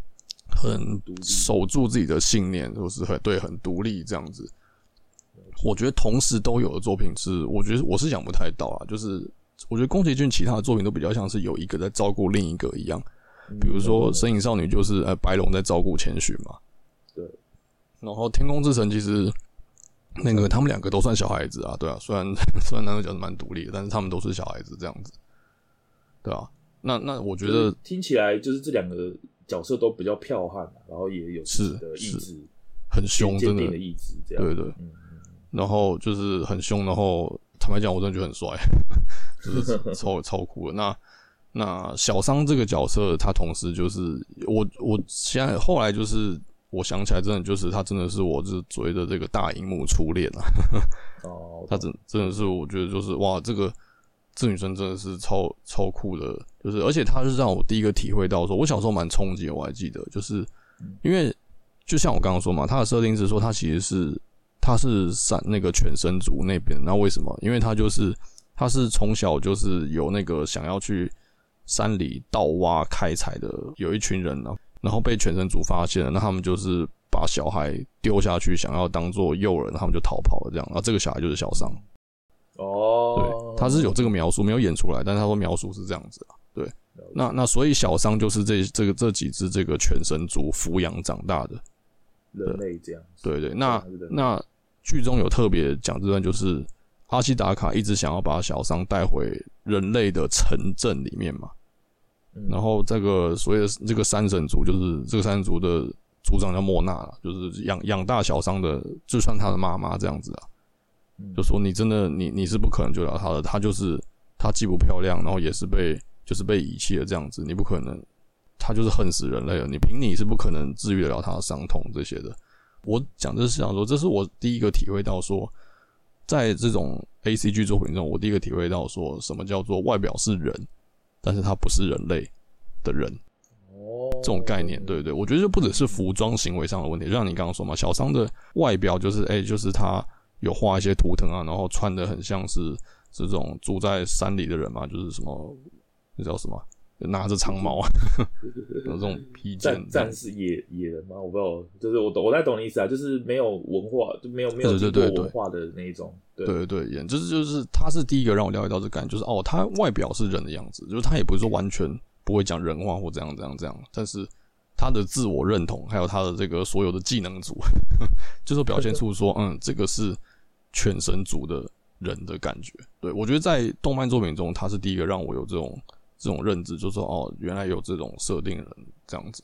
守住自己的信念，或是很独立这样子。我觉得同时都有的作品是，我觉得我是想不太到啊，就是我觉得宫崎骏其他的作品都比较像是有一个在照顾另一个一样，比如说《神隐少女》就是白龙在照顾千寻嘛， 对， 然后《天空之城》其实。那个他们两个都算小孩子啊，对啊，虽然男主角是蛮独立的，但是他们都是小孩子这样子，对啊。那我觉得听起来就是这两个角色都比较剽悍，然后也有自己的意志， 很凶，真的意志这样， 对。然后就是很凶，然后坦白讲，我真的觉得很帅，就是超酷的。那小桑这个角色，他同时就是我现在后来就是。我想起来，真的就是他，真的是我就是所谓的这个大荧幕初恋啊。他真的是，我觉得就是哇，这女生真的是超酷的，就是而且她是让我第一个体会到说，我小时候蛮冲击，我还记得，就是因为就像我刚刚说嘛，她的设定是说她其实是那个犬神族那边，那为什么？因为她是从小就是有那个想要去山里盗挖开采的有一群人啊。然后被犬神族发现了，那他们就是把小孩丢下去，想要当做诱人，他们就逃跑了这样。然后这个小孩就是小桑。对，他是有这个描述，没有演出来，但是他说描述是这样子啊。对，那所以小桑就是这几只这个犬神族抚养长大的人类这样。 对，那剧中有特别讲这段，就是阿西达卡一直想要把小桑带回人类的城镇里面嘛。然后这个所谓的这个山神族，就是这个山神族的族长叫莫娜啦，就是养大小桑的，就算他的妈妈这样子啊，就说你真的你是不可能救了他的，他就是他既不漂亮，然后也是被遗弃了这样子，你不可能，他就是恨死人类了，你凭你是不可能治愈得了他的伤痛这些的。我讲这是想说，这是我第一个体会到说，在这种 ACG 作品中，我第一个体会到说什么叫做外表是人。但是他不是人类的人，这种概念，对，我觉得就不只是服装行为上的问题，就像你刚刚说嘛，小桑的外表就是就是他有画一些图腾啊，然后穿的很像是这种住在山里的人嘛，就是什么那叫什么，拿着长矛啊，有这种披肩， 战士野人吗？我不知道，就是我在懂你意思啊，就是没有文化，就没有经过文化的那一种。对，就是他是第一个让我了解到这感觉，就是他外表是人的样子，就是他也不是说完全不会讲人话或怎样，但是他的自我认同还有他的这个所有的技能组，就是表现出说，这个是犬神族的人的感觉。对，我觉得在动漫作品中，他是第一个让我有这种认知，就是说原来有这种设定人这样子。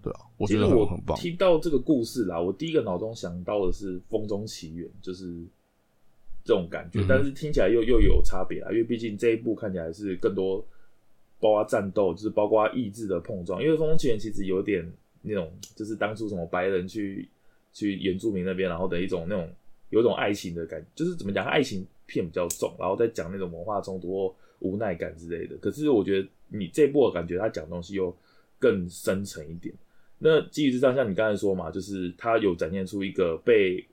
对啊，我觉得很棒。 听到这个故事啦，我第一个脑中想到的是《风中奇缘》，就是这种感觉，但是听起来又有差别啦，因为毕竟这一部看起来是更多包括战斗，就是包括意志的碰撞。因为《风中奇缘》其实有点那种，就是当初什么白人去原住民那边，然后的一种那种有一种爱情的感觉，就是怎么讲，爱情片比较重，然后再讲那种文化冲突或无奈感之类的。可是我觉得你这一部的感觉，他讲的东西又更深沉一点。那基于之上，像你刚才说嘛，就是他有展现出一个被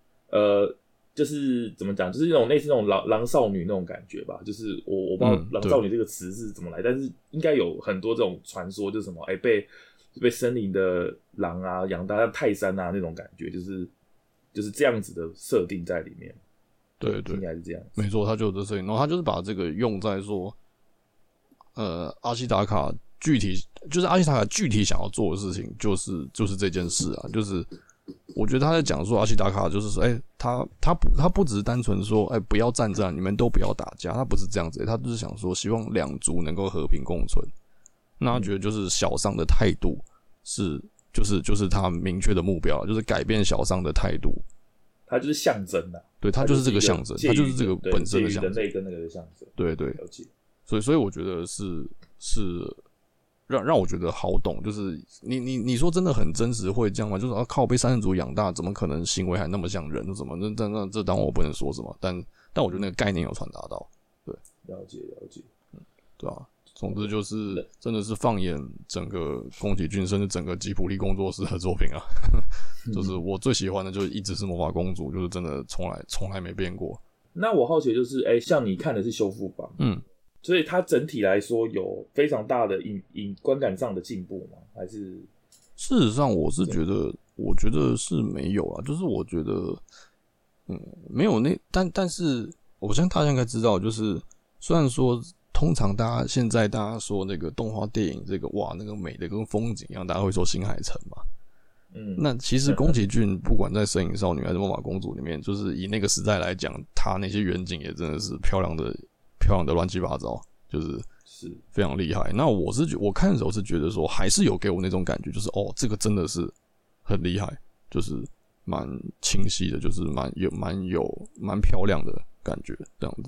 就是怎么讲，就是那种类似那种狼少女那种感觉吧。就是我不知道狼少女这个词是怎么来，但是应该有很多这种传说，就是什么被森林的狼啊养大，像泰山啊那种感觉，就是这样子的设定在里面。 对， 听起来是这样子， 没错，他就有这设定，然后他就是把这个用在说，阿西达卡具体想要做的事情，就是这件事啊，就是我觉得他在讲说阿西达卡就是说，他不只是单纯说，不要战争，你们都不要打架，他不是这样子，他就是想说，希望两族能够和平共存。那他觉得就是小商的态度就是他明确的目标，就是改变小商的态度。 它就是象征啊， 对，它就是这个象征，它就是这个本身的象征， 人类跟那个的象征。 对， 了解。 所以我觉得是让我觉得好懂，就是你说真的很真实会这样吗？就是靠被山人族养大，怎么可能行为还那么像人？什么？那这当然我不能说什么，但我觉得那个概念有传达到。对， 了解， 对啊。总之就是真的是放眼整个宫崎骏甚至整个吉卜力工作室的作品啊，就是我最喜欢的就是一直是魔法公主，就是真的从来没变过。 那我好奇的就是，像你看的是修复版，所以它整体来说有非常大的观感上的进步吗？还是？ 事实上，我觉得是没有啊，就是我觉得，没有但是我相信大家应该知道，就是虽然说。通常现在大家说那个动画电影这个哇那个美的跟风景一样，大家会说新海诚嘛。那其实宫崎骏不管在《神隐少女》还是《魔法公主》里面，就是以那个时代来讲，他那些远景也真的是漂亮的乱七八糟，就是非常厉害。那我看的时候是觉得说，还是有给我那种感觉，就是这个真的是很厉害，就是蛮清晰的，就是蛮漂亮的感觉这样子。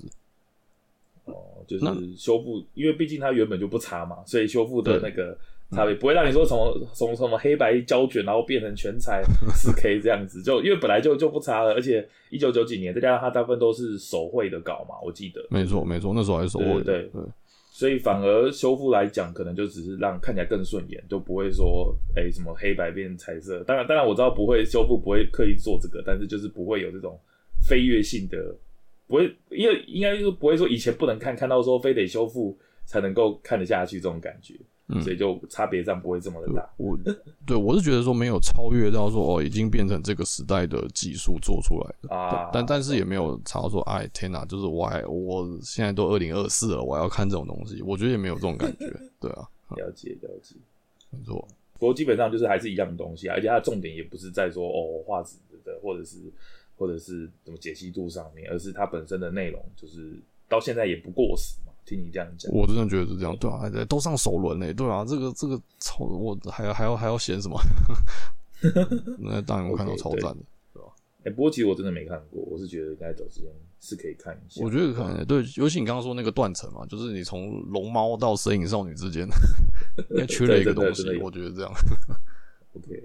就是修复，因为毕竟它原本就不差嘛，所以修复的那个差别不会让你说从什么黑白胶卷，然后变成全彩 4K 这样子，就因为本来就不差了，而且1990几年，再加上它大部分都是手绘的稿嘛，我记得。 没错，那时候还是手绘的，对， 所以反而修复来讲，可能就只是让看起来更顺眼，就不会说什么黑白变彩色。当然我知道修复不会刻意做这个，但是就是不会有这种飞跃性的。不会，因为应该就是不会说以前不能看到说非得修复才能够看得下去这种感觉，所以就差别上不会这么的大。 我是觉得说没有超越到说已经变成这个时代的技术做出来的啊，但是也没有差到说天哪，就是我现在都2024了，我要看这种东西，我觉得也没有这种感觉，对啊， 了解， 没错。 不过基本上就是还是一样的东西啊，而且它的重点也不是在说画质的或者是怎么解析度上面，而是它本身的内容，就是到现在也不过时嘛。听你这样讲， 我真的觉得是这样，对啊，都上首轮嘞，对啊，这个我还要嫌什么？那当然我看到超赞的，对吧？ 不过其实我真的没看过，我是觉得应该找时间是可以看一下。 我觉得可能对，尤其你刚刚说那个断层嘛，就是你从龙猫到神隐少女之间，应该缺了一个东西，我觉得这样。 OK。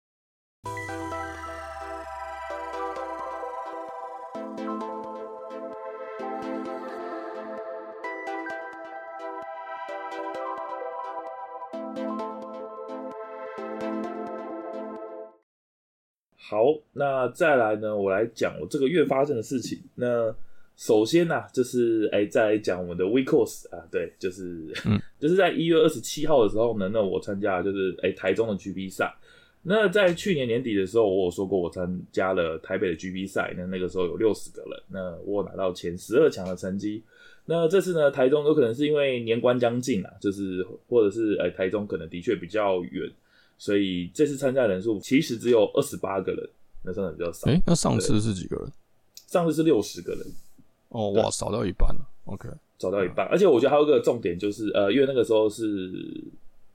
好，那再来呢，我来讲我这个月发生的事情。那首先呢，就是再来讲我们的 WeCourse 啊，对，就是在1月27号的时候呢，那我参加就是台中的 GB 赛。那在去年年底的时候，我有说过我参加了台北的 GB 赛，那个时候有60个人，那我拿到前12强的成绩。那这次呢，台中有可能是因为年关将近啊，就是或者是台中可能的确比较远。所以这次参赛人数其实只有28个人，那真的比较少。 那上次是几个人？ 上次是60个人。 哇，少掉一半了。OK， 少掉一半。而且我觉得还有一个重点就是，因为那个时候是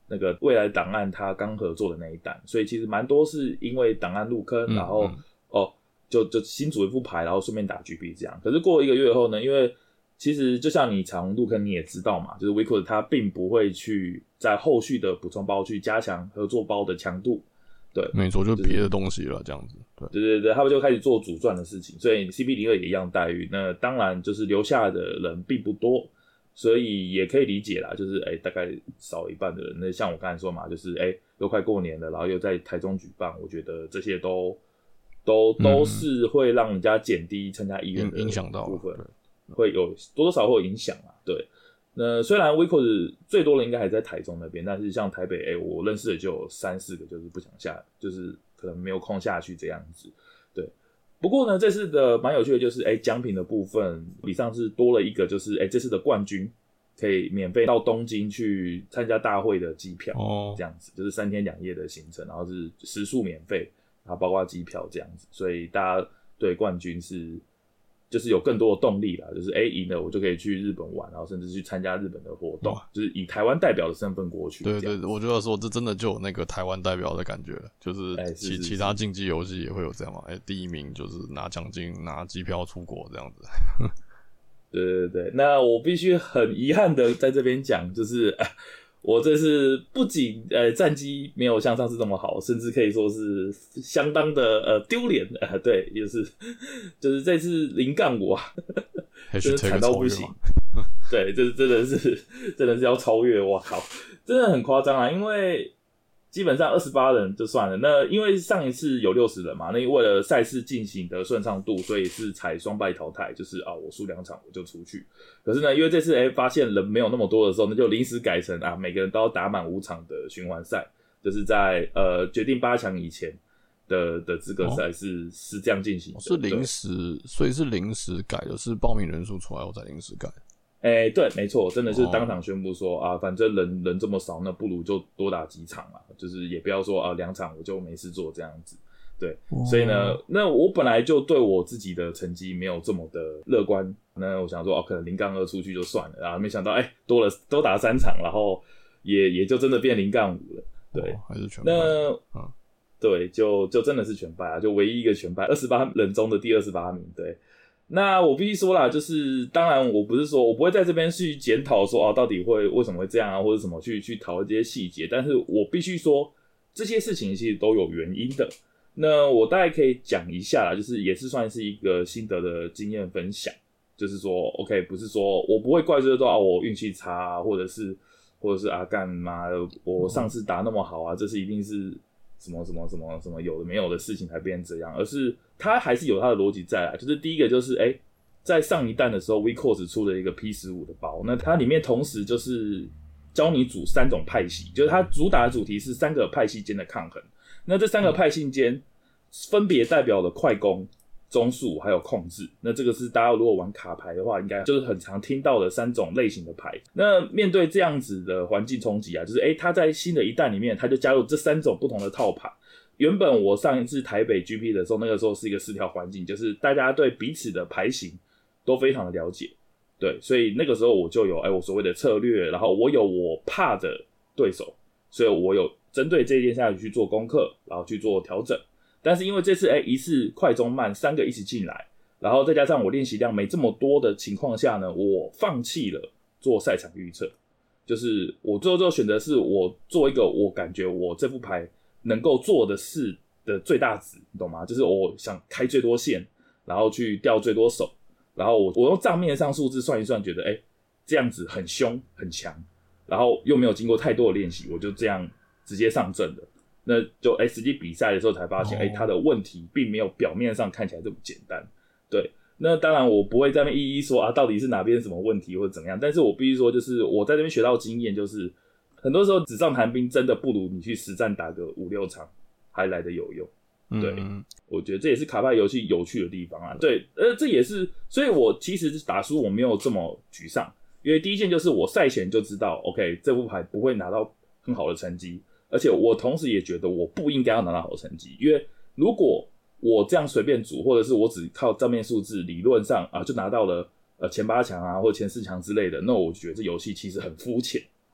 那个未来档案他刚合作的那一弹，所以其实蛮多是因为档案入坑，然后就新组一副牌，然后顺便打 GP 这样。可是过1个月后呢，因为其实就像你常入坑你也知道嘛，就是 WeCode 它并不会去在后续的补充包去加强合作包的强度，对， 没错，就别的东西了这样子， 对，他们就开始做主传的事情，所以 CP02 也一样待遇。那当然就是留下的人并不多，所以也可以理解啦，就是大概少一半的人。那像我刚才说嘛，就是又快过年了，然后又在台中举办，我觉得这些都是会让人家减低参加意愿的影响到部分，会有多多少会有影响啊。对，那虽然 WeCode 最多人应该还在台中那边，但是像台北，我认识的就有3-4个，就是不想下，就是可能没有空下去这样子。对，不过呢，这次的蛮有趣的就是，奖品的部分比上次多了一个，就是这次的冠军可以免费到东京去参加大会的机票，这样子就是3天2夜的行程，然后是食宿免费，然后包括机票这样子，所以大家对冠军就是有更多的动力啦，就是赢了我就可以去日本玩，然后甚至去参加日本的活动，就是以台湾代表的身份过去。 对，我觉得说这真的就有那个台湾代表的感觉了，就是其他竞技游戏也会有这样嘛，第一名就是拿奖金、拿机票出国这样子。 对，那我必须很遗憾的在这边讲，就是我这次不仅战绩没有像上次这么好，甚至可以说是相当的丢脸，对，就是这次0杠5啊，真的惨到不行。对，这真的是要超越，哇靠，真的很夸张啊！因为基本上28人就算了，那因为上一次有60人嘛，那为了赛事进行的顺畅度，所以是采双败淘汰，就是我输2场我就出去。可是呢，因为这次发现人没有那么多的时候，那就临时改成每个人都要打满5场的循环赛，就是在决定8强以前的资格赛是这样进行的。 是临时，所以是临时改的，是报名人数出来后再临时改。 对，没错，真的是当场宣布说反正人这么少，那不如就多打几场啊，就是也不要说2场我就没事做这样子。对，所以呢，那我本来就对我自己的成绩没有这么的乐观，那我想说可能0杠2出去就算了，然后没想到多打3场，然后也就真的变0杠5了。对， 还是全败。 对，就真的是全败啊，就唯一一个全败，28人中的第28名。对。那我必须说啦，就是当然我不是说我不会在这边去检讨说到底为什么会这样啊，或者什么去讨论这些细节，但是我必须说这些事情其实都有原因的。那我大概可以讲一下啦，就是也是算是一个心得的经验分享，就是说 OK， 不是说我不会怪罪说我运气差啊，或者是干嘛的我上次打那么好啊，这是一定是什么有的没有的事情才变成这样，而是它还是有它的逻辑在啊。就是第一个就是在上一弹的时候 WeCourse 出了一个 P15 的包，那它里面同时就是教你组3种派系，就是它主打的主题是3个派系间的抗衡。那这3个派系间分别代表了快攻、中速还有控制。那这个是大家如果玩卡牌的话，应该就是很常听到的3种类型的牌。那面对这样子的环境冲击啊，就是它在新的一弹里面，它就加入这3种不同的套牌。原本我上一次台北 GP 的时候，那个时候是一个4条环境，就是大家对彼此的牌型都非常的了解。对，所以那个时候我就有我所谓的策略，然后我有我怕的对手，所以我有针对这件下去做功课，然后去做调整。但是因为这次一次快中慢3个一起进来，然后再加上我练习量没这么多的情况下呢，我放弃了做赛场预测，就是我最后选择是我做一个我感觉我这副牌能够做的事的最大值，你懂吗？就是我想开最多线，然后去掉最多手，然后我用账面上数字算一算，觉得这样子很凶很强，然后又没有经过太多的练习，我就这样直接上阵了。那就实际比赛的时候才发现他的问题并没有表面上看起来这么简单。对，那当然我不会在那边一一说到底是哪边什么问题或者怎么样，但是我必须说就是我在这边学到经验，就是很多时候纸上谈兵真的不如你去实战打个5-6场还来得有用。对，我觉得这也是卡牌游戏有趣的地方啊。对，这也是，所以我其实打输我没有这么沮丧，因为第一件就是我赛前就知道 OK 这副牌不会拿到很好的成绩，而且我同时也觉得我不应该要拿到好成绩，因为如果我这样随便组，或者是我只靠账面数字理论上就拿到了前8强啊或前4强之类的，那我觉得这游戏其实很肤浅。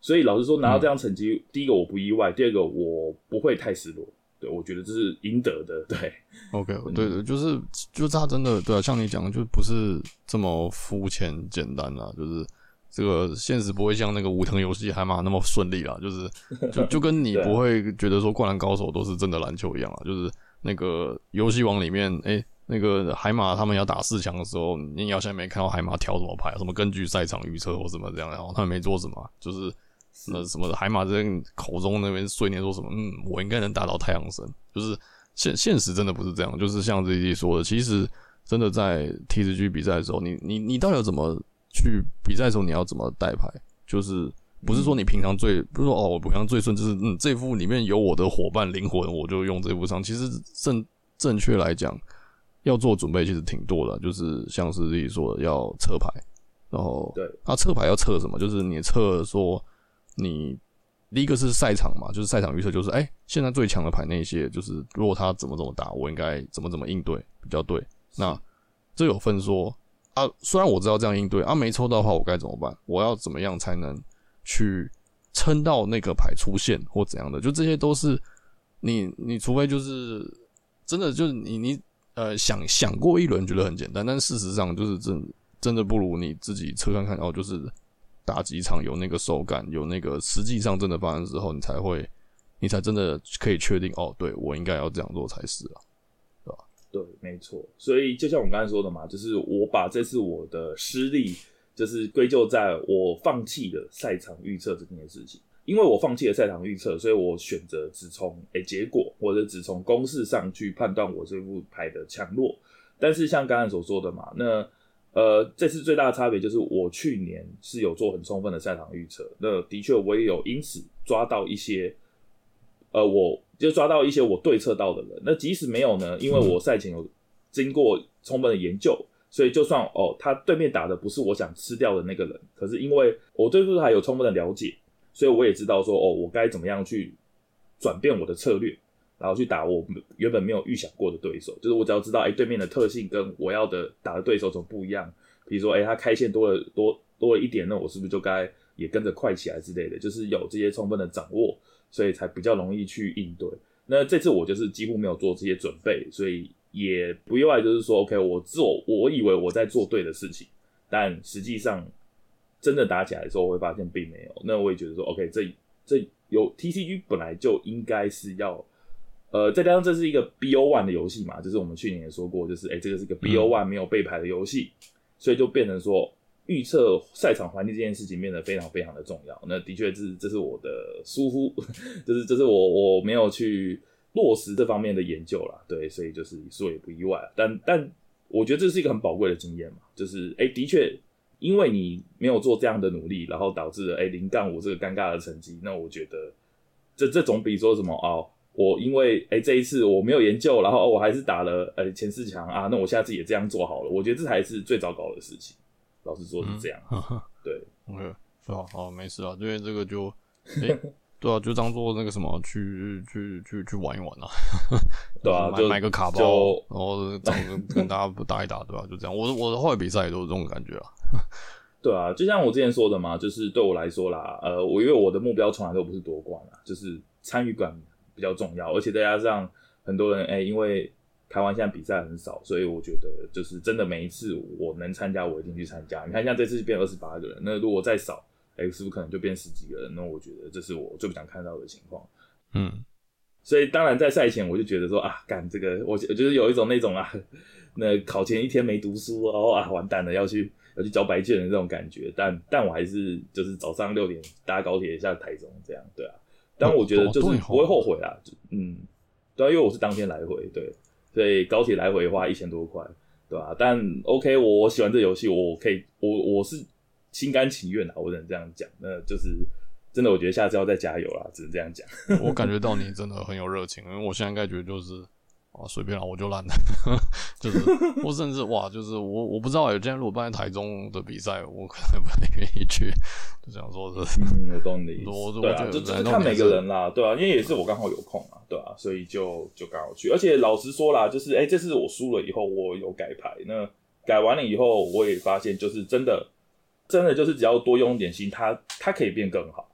所以老实说，拿到这样成绩，第一个我不意外，第二个我不会太失落。对，我觉得这是应得的。对 ，OK， 对对，就是他真的对啊，像你讲的，就不是这么肤浅简单啊，就是这个现实不会像那个武藤游戏海马那么顺利啦，就跟你不会觉得说灌篮高手都是真的篮球一样啊，就是那个游戏王里面，那个海马他们要打4强的时候，你好像没看到海马挑什么牌，什么根据赛场预测或什么这样，然后他们没做什么，就是那什么海马在口中那边碎念说什么，我应该能打到太阳神，就是现实真的不是这样，就是像这一说的，其实真的在 TCG 比赛的时候，你到底要怎么去比赛的时候，你要怎么带牌，就是不是说你平常不是说我平常最顺，就是这副里面有我的伙伴灵魂，我就用这副上，其实正确来讲。要做准备其实挺多的，就是像是自己说的要测牌，然后对， 测牌要测什么？就是你测说你第一个是赛场嘛，就是赛场预测，就是现在最强的牌那些，就是如果他怎么打，我应该怎么应对比较对。那这有分说虽然我知道这样应对没抽到的话我该怎么办？我要怎么样才能去撑到那个牌出现或怎样的？就这些都是你除非就是真的就是你。想过一轮觉得很简单，但事实上就是真的不如你自己测看看，就是打几场有那个手感，有那个实际上真的发生之后，你才真的可以确定对我应该要这样做才是啊，对吧？ 对，没错。所以就像我刚才说的嘛，就是我把这次我的失利，就是归咎在我放弃了赛场预测这件事情。因为我放弃了赛场预测，所以我选择只从结果或者只从公式上去判断我这副牌的强弱。但是像刚才所说的嘛，那这次最大的差别就是我去年是有做很充分的赛场预测，那的确我也有因此抓到一些我对测到的人。那即使没有呢，因为我赛前有经过充分的研究，所以就算他对面打的不是我想吃掉的那个人，可是因为我对这副牌有充分的了解，所以我也知道说我该怎么样去转变我的策略，然后去打我原本没有预想过的对手。就是我只要知道对面的特性跟我要的打的对手怎么不一样，比如说他开线多了一点，那我是不是就该也跟着快起来之类的，就是有这些充分的掌握，所以才比较容易去应对。那这次我就是几乎没有做这些准备，所以也不意外，就是说 OK 我以为我在做对的事情，但实际上真的打起来的时候，我会发现并没有。那我也觉得说 OK 这有 TCG 本来就应该是要再加上这是一个 BO1 的游戏嘛，就是我们去年也说过，就是这个是一个 BO1 没有背牌的游戏，所以就变成说预测赛场环境这件事情变得非常非常的重要。那的确这是我的疏忽，就是这是我没有去落实这方面的研究啦，对，所以就是说也不意外。但我觉得这是一个很宝贵的经验嘛，就是的确因为你没有做这样的努力，然后导致了0-5这个尴尬的成绩，那我觉得这总比说什么我因为这一次我没有研究，然后我还是打了前4强啊，那我下次也这样做好了，我觉得这才是最糟糕的事情。老实说是这样，对 ，OK， 好，没事啊，因为这个就对啊，就当做那个什么去玩一玩啊， 对啊， 买个卡包，然后跟大家打一打，对吧？就这样，我的后来比赛也都是这种感觉啊。 对啊，就像我之前说的嘛，就是对我来说啦，因为我的目标从来都不是夺冠啦，就是参与感比较重要，而且再加上很多人因为台湾现在比赛很少，所以我觉得就是真的每一次我能参加，我一定去参加。你看像这次变28个人，那如果再少，是不是可能就变10几个人？那我觉得这是我最不想看到的情况。所以当然在赛前我就觉得说干这个，我就是有一种那种那考前一天没读书，然后完蛋了要去交白卷的这种感觉。但我还是就是早上6点搭高铁下台中这样，对啊。但我觉得就是不会后悔啦，对啊，因为我是当天来回，对。所以高铁来回花1000多块，对吧？但 OK， 我喜欢这游戏，我是心甘情愿啦，我只能这样讲。那就是真的，我觉得下次要再加油啦，只能这样讲。 我感觉到你真的很有热情，因为我现在感觉就是随便啦，我就烂了，就是或甚至就是我不知道今天如果办在台中的比赛，我可能不太愿意去，就想说是， 我懂你的意思，对啊，就是看每个人啦，对啊，因为也是我刚好有空啊，对啊，所以就刚好去。而且老实说啦，就是这次我输了以后，我有改牌，那改完了以后，我也发现就是真的就是只要多用点心，它可以变更好。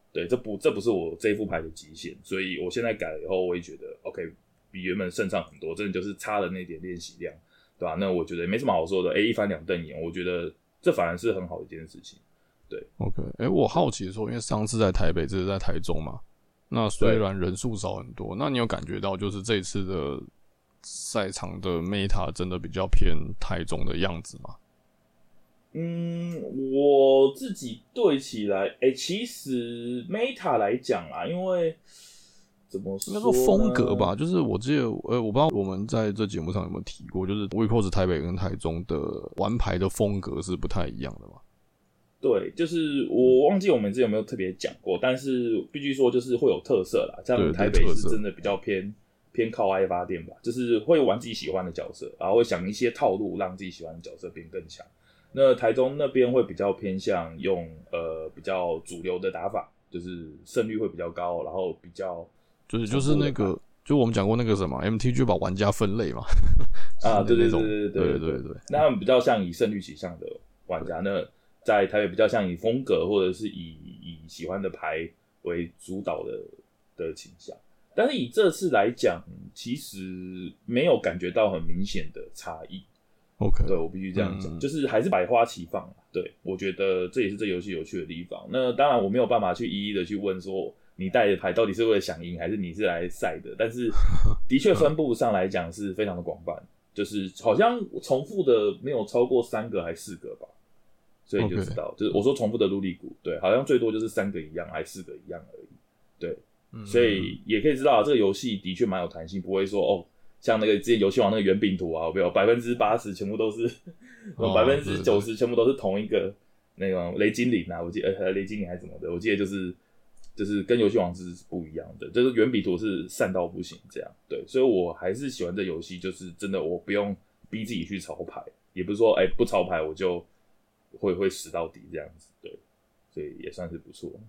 对，这不是我这一副牌的极限，所以我现在改了以后，我也觉得 OK， 比原本胜上很多，真的就是差了那点练习量，对吧？那我觉得没什么好说的，一翻两瞪眼，我觉得这反而是很好的一件事情。对 ，OK， 我好奇说，因为上次在台北，这次在台中嘛，那虽然人数少很多，那你有感觉到就是这一次的赛场的 meta 真的比较偏台中的样子吗？ 我自己对起来，其实 Meta 来讲啦，因为怎么说呢， 应该说风格吧，就是我记得，我不知道我们在这节目上有没有提过，就是 WeCross 台北跟台中的玩牌的风格是不太一样的嘛。 对，就是我忘记我们之前有没有特别讲过，但是必须说就是会有特色啦，像台北是真的比较偏靠爱发电吧，就是会玩自己喜欢的角色，然后会想一些套路让自己喜欢的角色变更强。那台中那边会比较偏向用比较主流的打法，就是胜率会比较高，然后比较就是那个，就我们讲过那个什么 MTG 把玩家分类嘛。 啊，对，那他们比较像以胜率取向的玩家，那在台北比较像以风格或者是以喜欢的牌为主导的倾向。但是以这次来讲，其实没有感觉到很明显的差异。 OK， 对，我必须这样讲，就是还是百花齐放。对，我觉得这也是这游戏有趣的地方。那当然我没有办法去一一的去问说你带的牌到底是为了想赢还是你是来赛的，但是的确分布上来讲是非常的广泛，就是好像重复的没有超过3个还4个吧，所以你就知道，就是我说重复的卢里谷，对，好像最多就是3个一样还4个一样而已，对，所以也可以知道这个游戏的确蛮有弹性，不会说像那个之前游戏王那个圆饼图啊，没有80%全部都是，90%全部都是同一个那个雷精灵啊，我记得雷精灵还是什么的，我记得就是跟游戏王是不一样的，就是圆饼图是散到不行这样，对，所以我还是喜欢这游戏，就是真的我不用逼自己去抄牌，也不是说不抄牌我就会死到底这样子，对，所以也算是不错。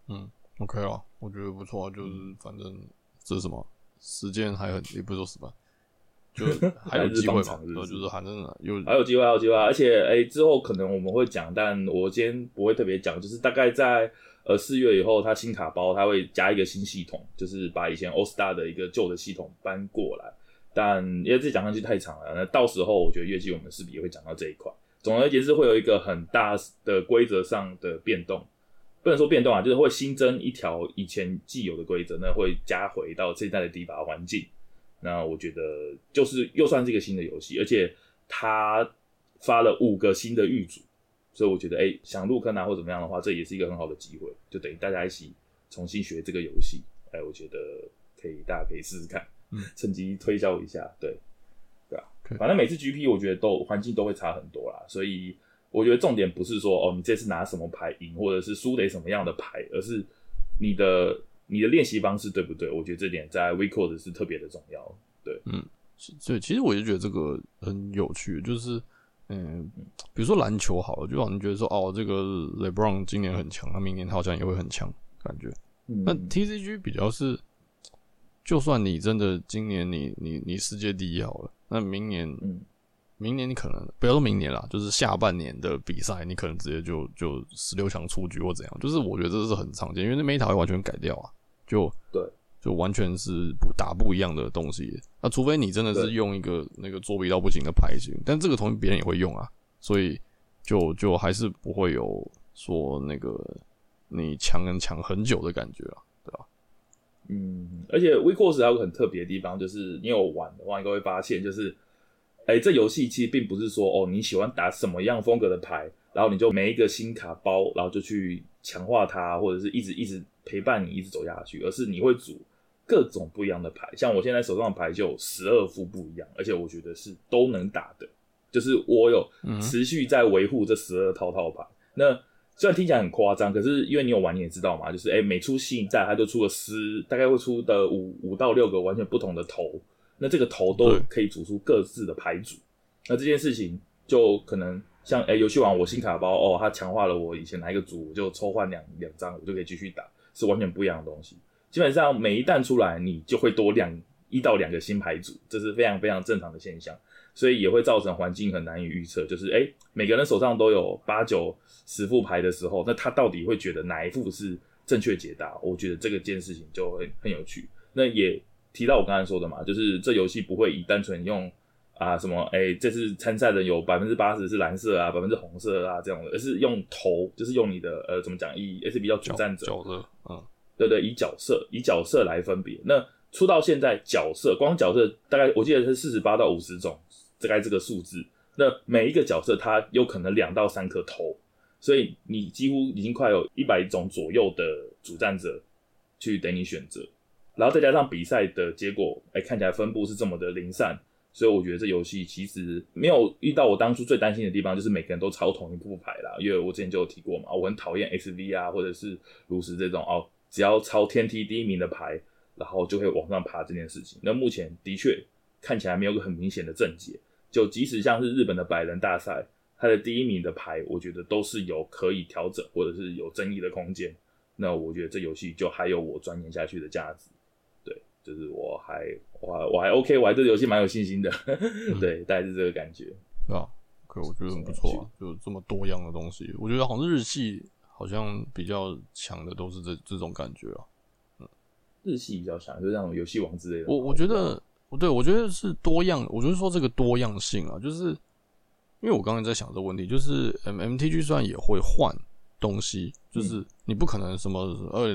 OK 啊，我觉得不错啊，就是反正这是什么时间还很，也不是说死吧，就还有机会嘛，对，就是反正还有机会， 而且之后可能我们会讲，但我今天不会特别讲，就是大概在4月以后，它新卡包它会加一个新系统，就是把以前 All Star 的一个旧的系统搬过来，但因为这讲上去太长了，那到时候我觉得月季我们势必也会讲到这一块。总而言之，会有一个很大的规则上的变动。不能说变动啊，就是会新增一条以前既有的规则，那会加回到这一代的第8环境。那我觉得就是又算是一个新的游戏，而且它发了5个新的预组，所以我觉得想入坑啊或怎么样的话，这也是一个很好的机会，就等于大家一起重新学这个游戏。我觉得大家可以试试看，趁机推销一下，对啊，反正每次 GP 我觉得环境都会差很多啦，所以。我觉得重点不是说你这次拿什么牌赢，或者是输得什么样的牌，而是你的练习方式对不对？我觉得这点在 WeCross 是特别的重要。对， 所以其实我就觉得这个很有趣，就是比如说篮球好了，就让人觉得说这个 LeBron 今年很强，那明年他好像也会很强，感觉。那 TCG 比较是，就算你真的今年你世界第一好了，那明年你可能不要说明年啦，就是下半年的比赛，你可能直接就16强出局或怎样，就是我觉得这是很常见，因为那 meta 会完全改掉啊，就完全是打不一样的东西。那除非你真的是用一个那个作弊到不行的牌型，但这个东西别人也会用啊，所以就还是不会有说那个你强很久的感觉啊，对吧？ 而且 WeCross 还有个很特别的地方，就是你有玩的话，应该会发现就是。这游戏其实并不是说你喜欢打什么样风格的牌，然后你就每一个新卡包，然后就去强化它，或者是一直陪伴你一直走下去，而是你会组各种不一样的牌。像我现在手上的牌就有12副不一样，而且我觉得是都能打的，就是我有持续在维护这12套牌。那虽然听起来很夸张，可是因为你有玩你也知道嘛，就是每出新赛它就出了大概会出的5到6个完全不同的头。那这个头都可以组出各自的牌组，那这件事情就可能像游戏王我新卡包它强化了我以前哪一个组，我就抽换两张，我就可以继续打，是完全不一样的东西。基本上每一弹出来，你就会多1到2个新牌组，这是非常非常正常的现象，所以也会造成环境很难以预测。就是每个人手上都有8、9、10副牌的时候，那他到底会觉得哪一副是正确解答，我觉得这个件事情就很有趣。那也提到我刚才说的嘛，就是这游戏不会以单纯用什么这次参赛的有 80% 是蓝色啊 ,红色啊这样的，而是用头，就是用你的怎么讲，以 SB 叫主战者角色， 对对，以角色来分别。那出到现在光角色大概我记得是48到50种，大概这个数字。那每一个角色它有可能2到3颗头，所以你几乎已经快有100种左右的主战者去等你选择，然后再加上比赛的结果，看起来分布是这么的零散，所以我觉得这游戏其实没有遇到我当初最担心的地方，就是每个人都抄同一副牌啦。因为我之前就有提过嘛，我很讨厌 SV 啊，或者是炉石这种只要抄天梯第1名的牌，然后就会往上爬这件事情。那目前的确看起来没有个很明显的正解，就即使像是日本的百人大赛，它的第1名的牌，我觉得都是有可以调整或者是有争议的空间。那我觉得这游戏就还有我钻研下去的价值。对，就是我还 OK， 我还对这游戏蛮有信心的。对，大概是这个感觉。 对啊，可我觉得很不错啊，就这么多样的东西，我觉得好像日系好像比较强的都是这种感觉啊。 日系比较强，就是那种游戏王之类的。 我觉得，我觉得是多样。我就是说这个多样性啊，就是因为我刚才在想这个问题，就是 MTG 虽然也会换东西，就是你不可能什么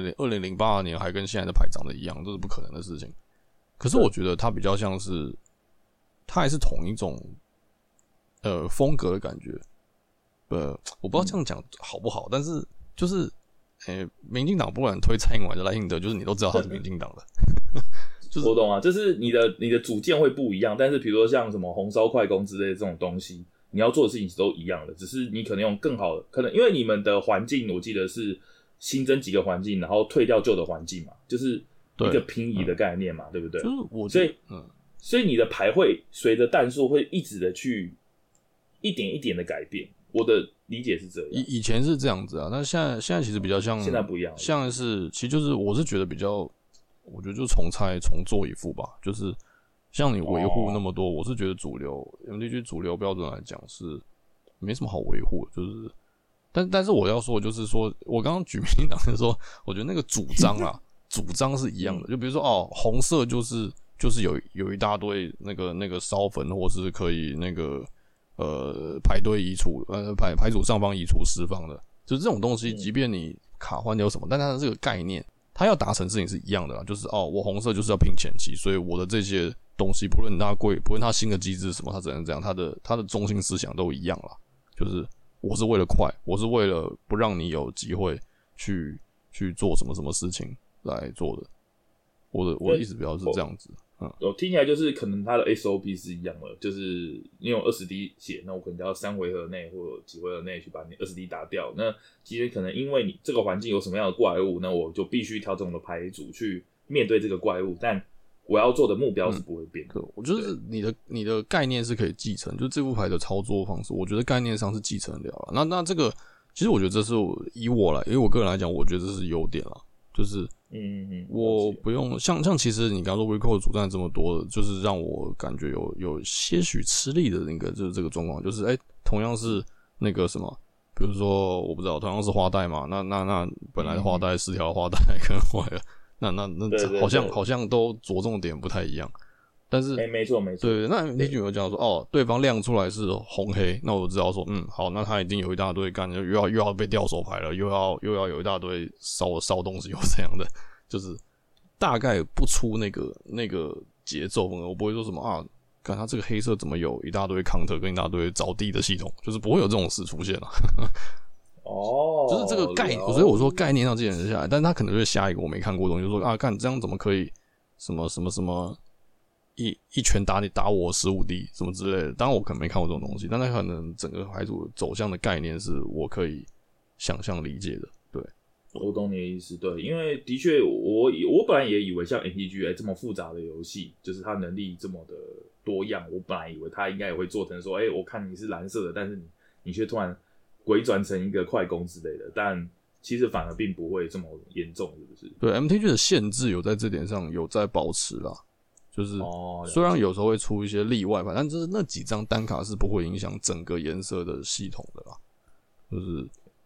2008年还跟现在的牌长得一样，这是不可能的事情。可是我觉得它比较像是，它还是同一种风格的感觉。我不知道这样讲好不好，但是就是民进党不管推蔡英文还是赖清德，就是你都知道他是民进党的。 就是我懂啊，就是你的主见会不一样，但是比如说像什么红烧快攻之类的这种东西，你要做的事情是都一样的，只是你可能用更好的，可能因为你们的环境我记得是新增几个环境，然后退掉旧的环境嘛，就是一个平移的概念嘛，对不对？就是所以你的牌会随着弹数会一直的去一点一点的改变。我的理解是这样， 以前是这样子啊，但现在其实比较像， 现在不一样了， 像是其实就是我是觉得比较，我觉得就重猜重做一副吧，就是像你维护那么多，我是觉得主流 MTG 主流标准来讲是没什么好维护的，就是但是我要说的就是说，我刚刚举民进党是说，我觉得那个主张啊，主张是一样的，就比如说红色就是有一大堆那个烧粉，或是可以那个。排队移除，牌组上方移除释放的，就是这种东西，即便你卡换掉什么，但它的这个概念，它要达成事情是一样的啦，就是我红色就是要拼前期，所以我的这些东西，不论它贵，不论它新的机制是什么，它只能这样，它的中心思想都一样啦，就是我是为了快，我是为了不让你有机会去做什么什么事情来做的，我的意思比较是这样子。 我听起来就是可能它的 SOP 是一样的，就是你用20滴血，那我可能要3回合内或几回合内去把你20滴打掉。那其实可能因为你这个环境有什么样的怪物，那我就必须调整我的牌组去面对这个怪物，但我要做的目标是不会变的。 我觉得你的概念是可以继承，就是这副牌的操作方式，我觉得概念上是继承了啦。那这个其实我觉得这是以我个人来讲，我觉得这是优点啦，就是我不用像其实你刚刚说 Recall 主战这么多，就是让我感觉有些许吃力的那个就是这个状况，就是同样是那个什么，比如说我不知道同样是花带嘛，那本来花带10条花带可能坏了，那好像都着重点不太一样。但是没错对，那你有讲说对方亮出来是红黑，那我知道说好，那他一定有一大堆干，又要被掉手牌了，又要有一大堆烧东西或这样的，就是大概不出那个节奏风格，我不会说什么看他这个黑色怎么有一大堆 counter 跟一大堆着地的系统，就是不会有这种事出现了。就是这个概念，所以我说概念上继承下来，但是他可能就会下一个我没看过的东西，就说看这样怎么可以什么一拳打我15滴什么之类的，当然我可能没看过这种东西，但他可能整个牌组走向的概念是我可以想象理解的。对， 我懂你的意思，对，因为的确我本来也以为像 MTG 这么复杂的游戏，就是它能力这么的多样，我本来以为它应该也会做成说，我看你是蓝色的，但是你却突然鬼转成一个快攻之类的，但其实反而并不会这么严重，是不是？ 对 ，MTG 的限制有在这点上有在保持啦。就是虽然有时候会出一些例外牌，但就是那几张单卡是不会影响整个颜色的系统的啦。就是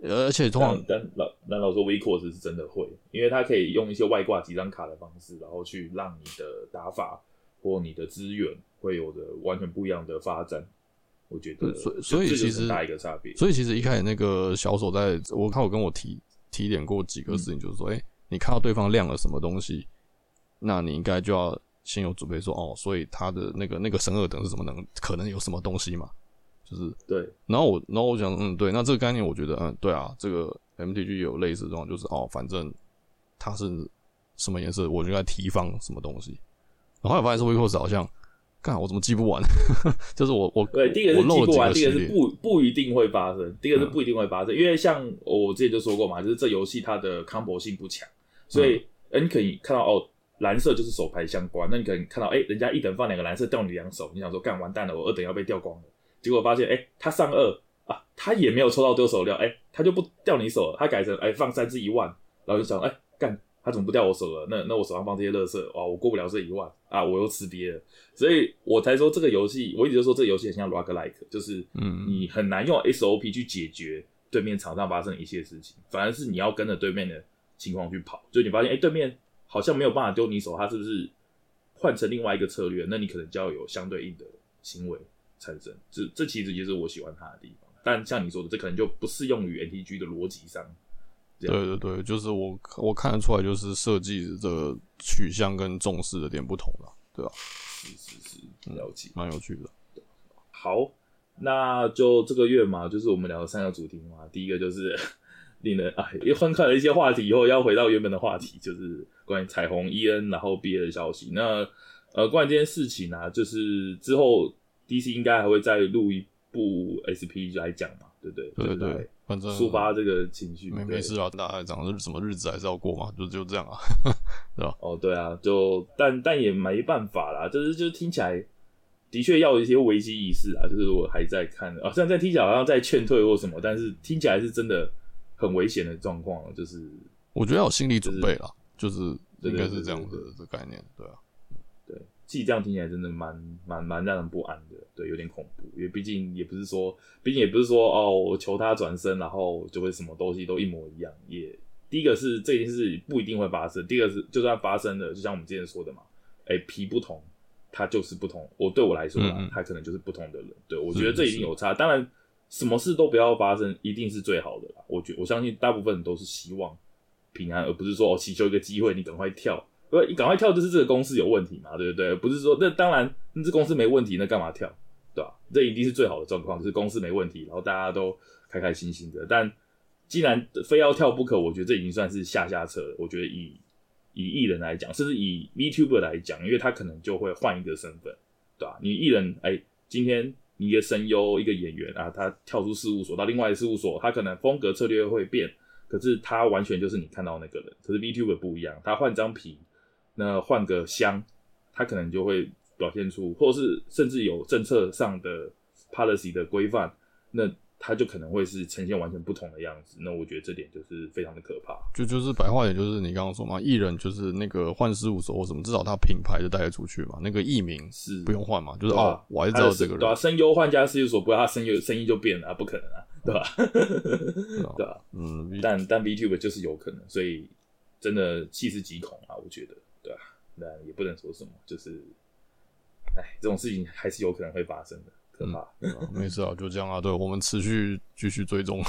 而且通常但老说 WeCourse 是真的会，因为它可以用一些外挂几张卡的方式，然后去让你的打法或你的资源会有着完全不一样的发展。我觉得， 所以其实很大一个差别。 所以其实一开始那个小手我看我跟我提点过几个事情，就是说，你看到对方亮了什么东西，那你应该就要先有准备说，所以他的那个神二等是什么可能有什么东西嘛，就是对。 然后我想，对，那这个概念我觉得，对啊，这个 MTG 也有类似的状况，就是反正它是什么颜色，我就该提防什么东西。然后后来发现是 WeCourse 好像。干，我怎么记不完？就是我对，第一个是记不完，第二个是不一定会发生，第二个是不一定会发生，因为像我之前就说过嘛，就是这游戏它的 combo 性不强，所以你可以看到蓝色就是手牌相关，那你可能看到人家一等放2个蓝色掉你2手，你想说干完蛋了，我2等要被掉光了，结果发现他上2啊，他也没有抽到丢手料，他就不掉你手了，他改成放3只1万，然后就想干。他怎么不掉我手了？那我手上放这些垃圾，我过不了这1万啊！我又吃瘪了，所以我才说这个游戏，我一直就说这个游戏很像 roguelike， 就是你很难用 SOP 去解决对面场上发生的一切事情，反而是你要跟着对面的情况去跑。就你发现，对面好像没有办法丢你手，他是不是换成另外一个策略？那你可能就要有相对应的行为产生。这其实也是我喜欢它的地方。但像你说的，这可能就不适用于 NTG 的逻辑上。 对，就是我看得出来，就是设计的取向跟重视的点不同了，对吧？ 是，了解， 蛮有趣的。 好，那就这个月嘛，就是我们聊的3个主题嘛。第一个就是令人又分开了一些话题以后，要回到原本的话题，就是关于彩虹 EN 然后毕业的消息。那关于这件事情啊，就是之后 DC 应该还会再录一部 SP 来讲嘛，对不对？ 对，反正抒发这个情绪。 没事啊，大家讲什么日子还是要过嘛，就这样啊，对吧？ 对啊，但也没办法啦，就是听起来的确要有一些危机意识啊，就是我还在看虽然在听起来好像在劝退或什么，但是听起来是真的很危险的状况，就是我觉得要有心理准备啦，就是应该是这样的概念，对啊。 对，其实这样听起来真的蛮让人不安的，对，有点恐怖，因为毕竟也不是说我求他转身，然后就会什么东西都一模一样。第一个是这件事不一定会发生，第二个是就算发生了，就像我们之前说的嘛，皮不同，他就是不同。对我来说他可能就是不同的人。对，我觉得这一定有差。当然，什么事都不要发生，一定是最好的啦。我相信大部分人都是希望平安，而不是说祈求一个机会，你赶快跳。你赶快跳就是这个公司有问题嘛，对不对？不是说那当然这公司没问题，那干嘛跳，对吧？这一定是最好的状况，就是公司没问题，然后大家都开开心心的。但既然非要跳不可，我觉得这已经算是下策了。我觉得以艺人来讲，甚至以 VTuber 来讲，因为他可能就会换一个身份，对吧？你艺人今天你一个声优一个演员啊，他跳出事务所到另外的事务所，他可能风格策略会变，可是他完全就是你看到那个人。可是 VTuber 不一样，他换张皮。那换个香，他可能就会表现出，或是甚至有政策上的 policy 的规范，那他就可能会是呈现完全不同的样子。那我觉得这点就是非常的可怕。 就是白话点，就是你刚刚说嘛，艺人就是那个换事务所或什么，至少他品牌就带得出去嘛。那个艺名是不用换嘛，就是我还是知道这个人。 对啊，声优换家事务所，不要他声音就变了不可能啊，对吧？对啊，但 VTuber 就是有可能，所以真的细思极恐啊，我觉得。对啊，那也不能说什么，就是这种事情还是有可能会发生的，可怕。 没事啊，就这样啊。对，我们继续追踪。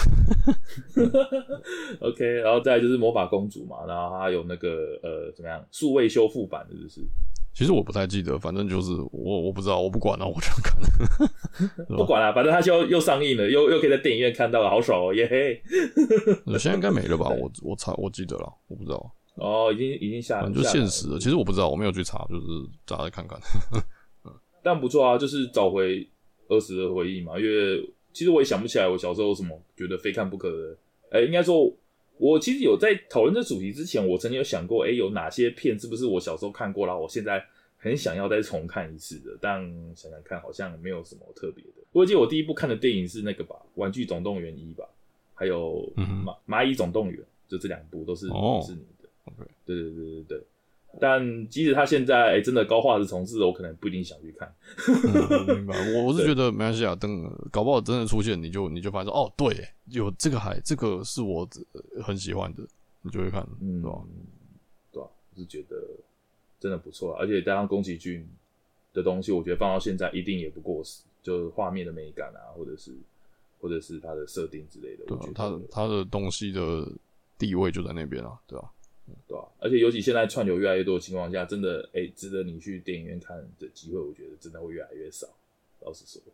OK， 然后再来就是魔法公主嘛，然后它有那个怎么样数位修复版的，就是。 其实我不太记得，反正就是我不知道，我不管了，我就看。 不管了，反正它就又上映了，又可以在电影院看到了，好爽哦，耶嘿！ 现在应该没了吧？我记得了，我不知道。 已经下， 就现实了。其实我不知道，我没有去查，就是查来看看。 但不错啊，就是找回儿时的回忆嘛。因为其实我也想不起来我小时候有什么觉得非看不可的。应该说，我其实有在讨论这主题之前，我曾经有想过，有哪些片是不是我小时候看过，然后我现在很想要再重看一次的。但想想看，好像没有什么特别的。我记得我第一部看的电影是那个吧，《玩具总动员1》吧，还有蚂蚁总动员，就这2部都是迪士尼的。对。 但即使他现在真的高画质重置，我可能不一定想去看。 我明白，我是觉得没关系啊，等搞不好真的出现，你就发现说，哦，对，有这个是我很喜欢的，你就会看，对吧？ 对啊，我是觉得真的不错啊，而且加上宫崎骏的东西，我觉得放到现在一定也不过时，就画面的美感啊，或者是它的设定之类的， 对啊， 我觉得他的东西的地位就在那边啊，对吧？ 对啊，而且尤其现在串流越来越多的情况下，真的值得你去电影院看的机会，我觉得真的会越来越少。老实说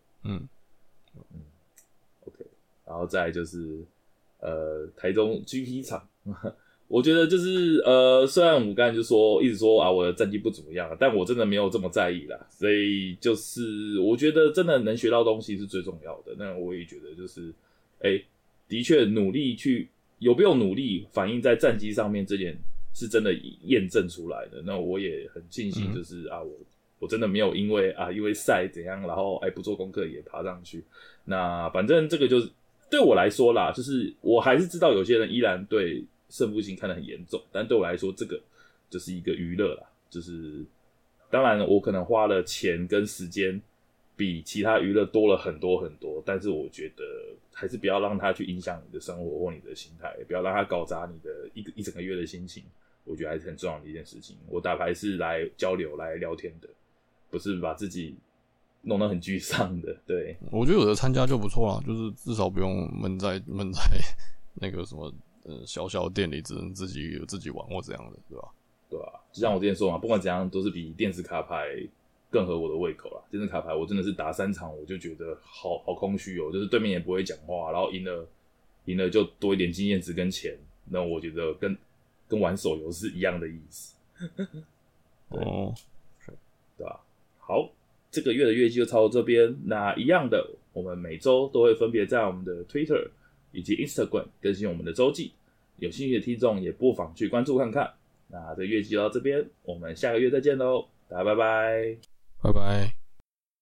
，OK， 然后再来就是台中 GP 场，我觉得就是虽然我刚才就说一直说啊我的战绩不怎么样，但我真的没有这么在意啦，所以就是我觉得真的能学到东西是最重要的。那我也觉得就是的确努力去。有没有努力反映在战绩上面，这点是真的验证出来的。那我也很庆幸，就是我真的没有因为赛怎样，然后不做功课也爬上去。那反正这个就是对我来说啦，就是我还是知道有些人依然对胜负心看得很严重，但对我来说，这个就是一个娱乐啦。就是当然我可能花了钱跟时间比其他娱乐多了很多很多，但是我觉得还是不要让它去影响你的生活或你的心态，不要让它搞砸你的一整个月的心情，我觉得还是很重要的一件事情。我打牌是来交流来聊天的，不是把自己弄得很沮丧的。对， 我觉得有的参加就不错啦，就是至少不用闷在那个什么小小店里，只能自己玩或这样的，对吧？ 对啊，就像我之前说嘛，不管怎样都是比电视卡牌更合我的胃口啦。电视卡牌我真的是打3场我就觉得好空虚哦，就是对面也不会讲话，然后赢了就多一点经验值跟钱，那我觉得跟玩手游是一样的意思。 哦， 对吧？好，这个月的月季就抄到这边。那一样的，我们每周都会分别在我们的 Twitter 以及 Instagram 更新我们的周记，有兴趣的听众也不妨去关注看看。那这个月季就到这边，我们下个月再见喽，大家拜拜。 拜拜。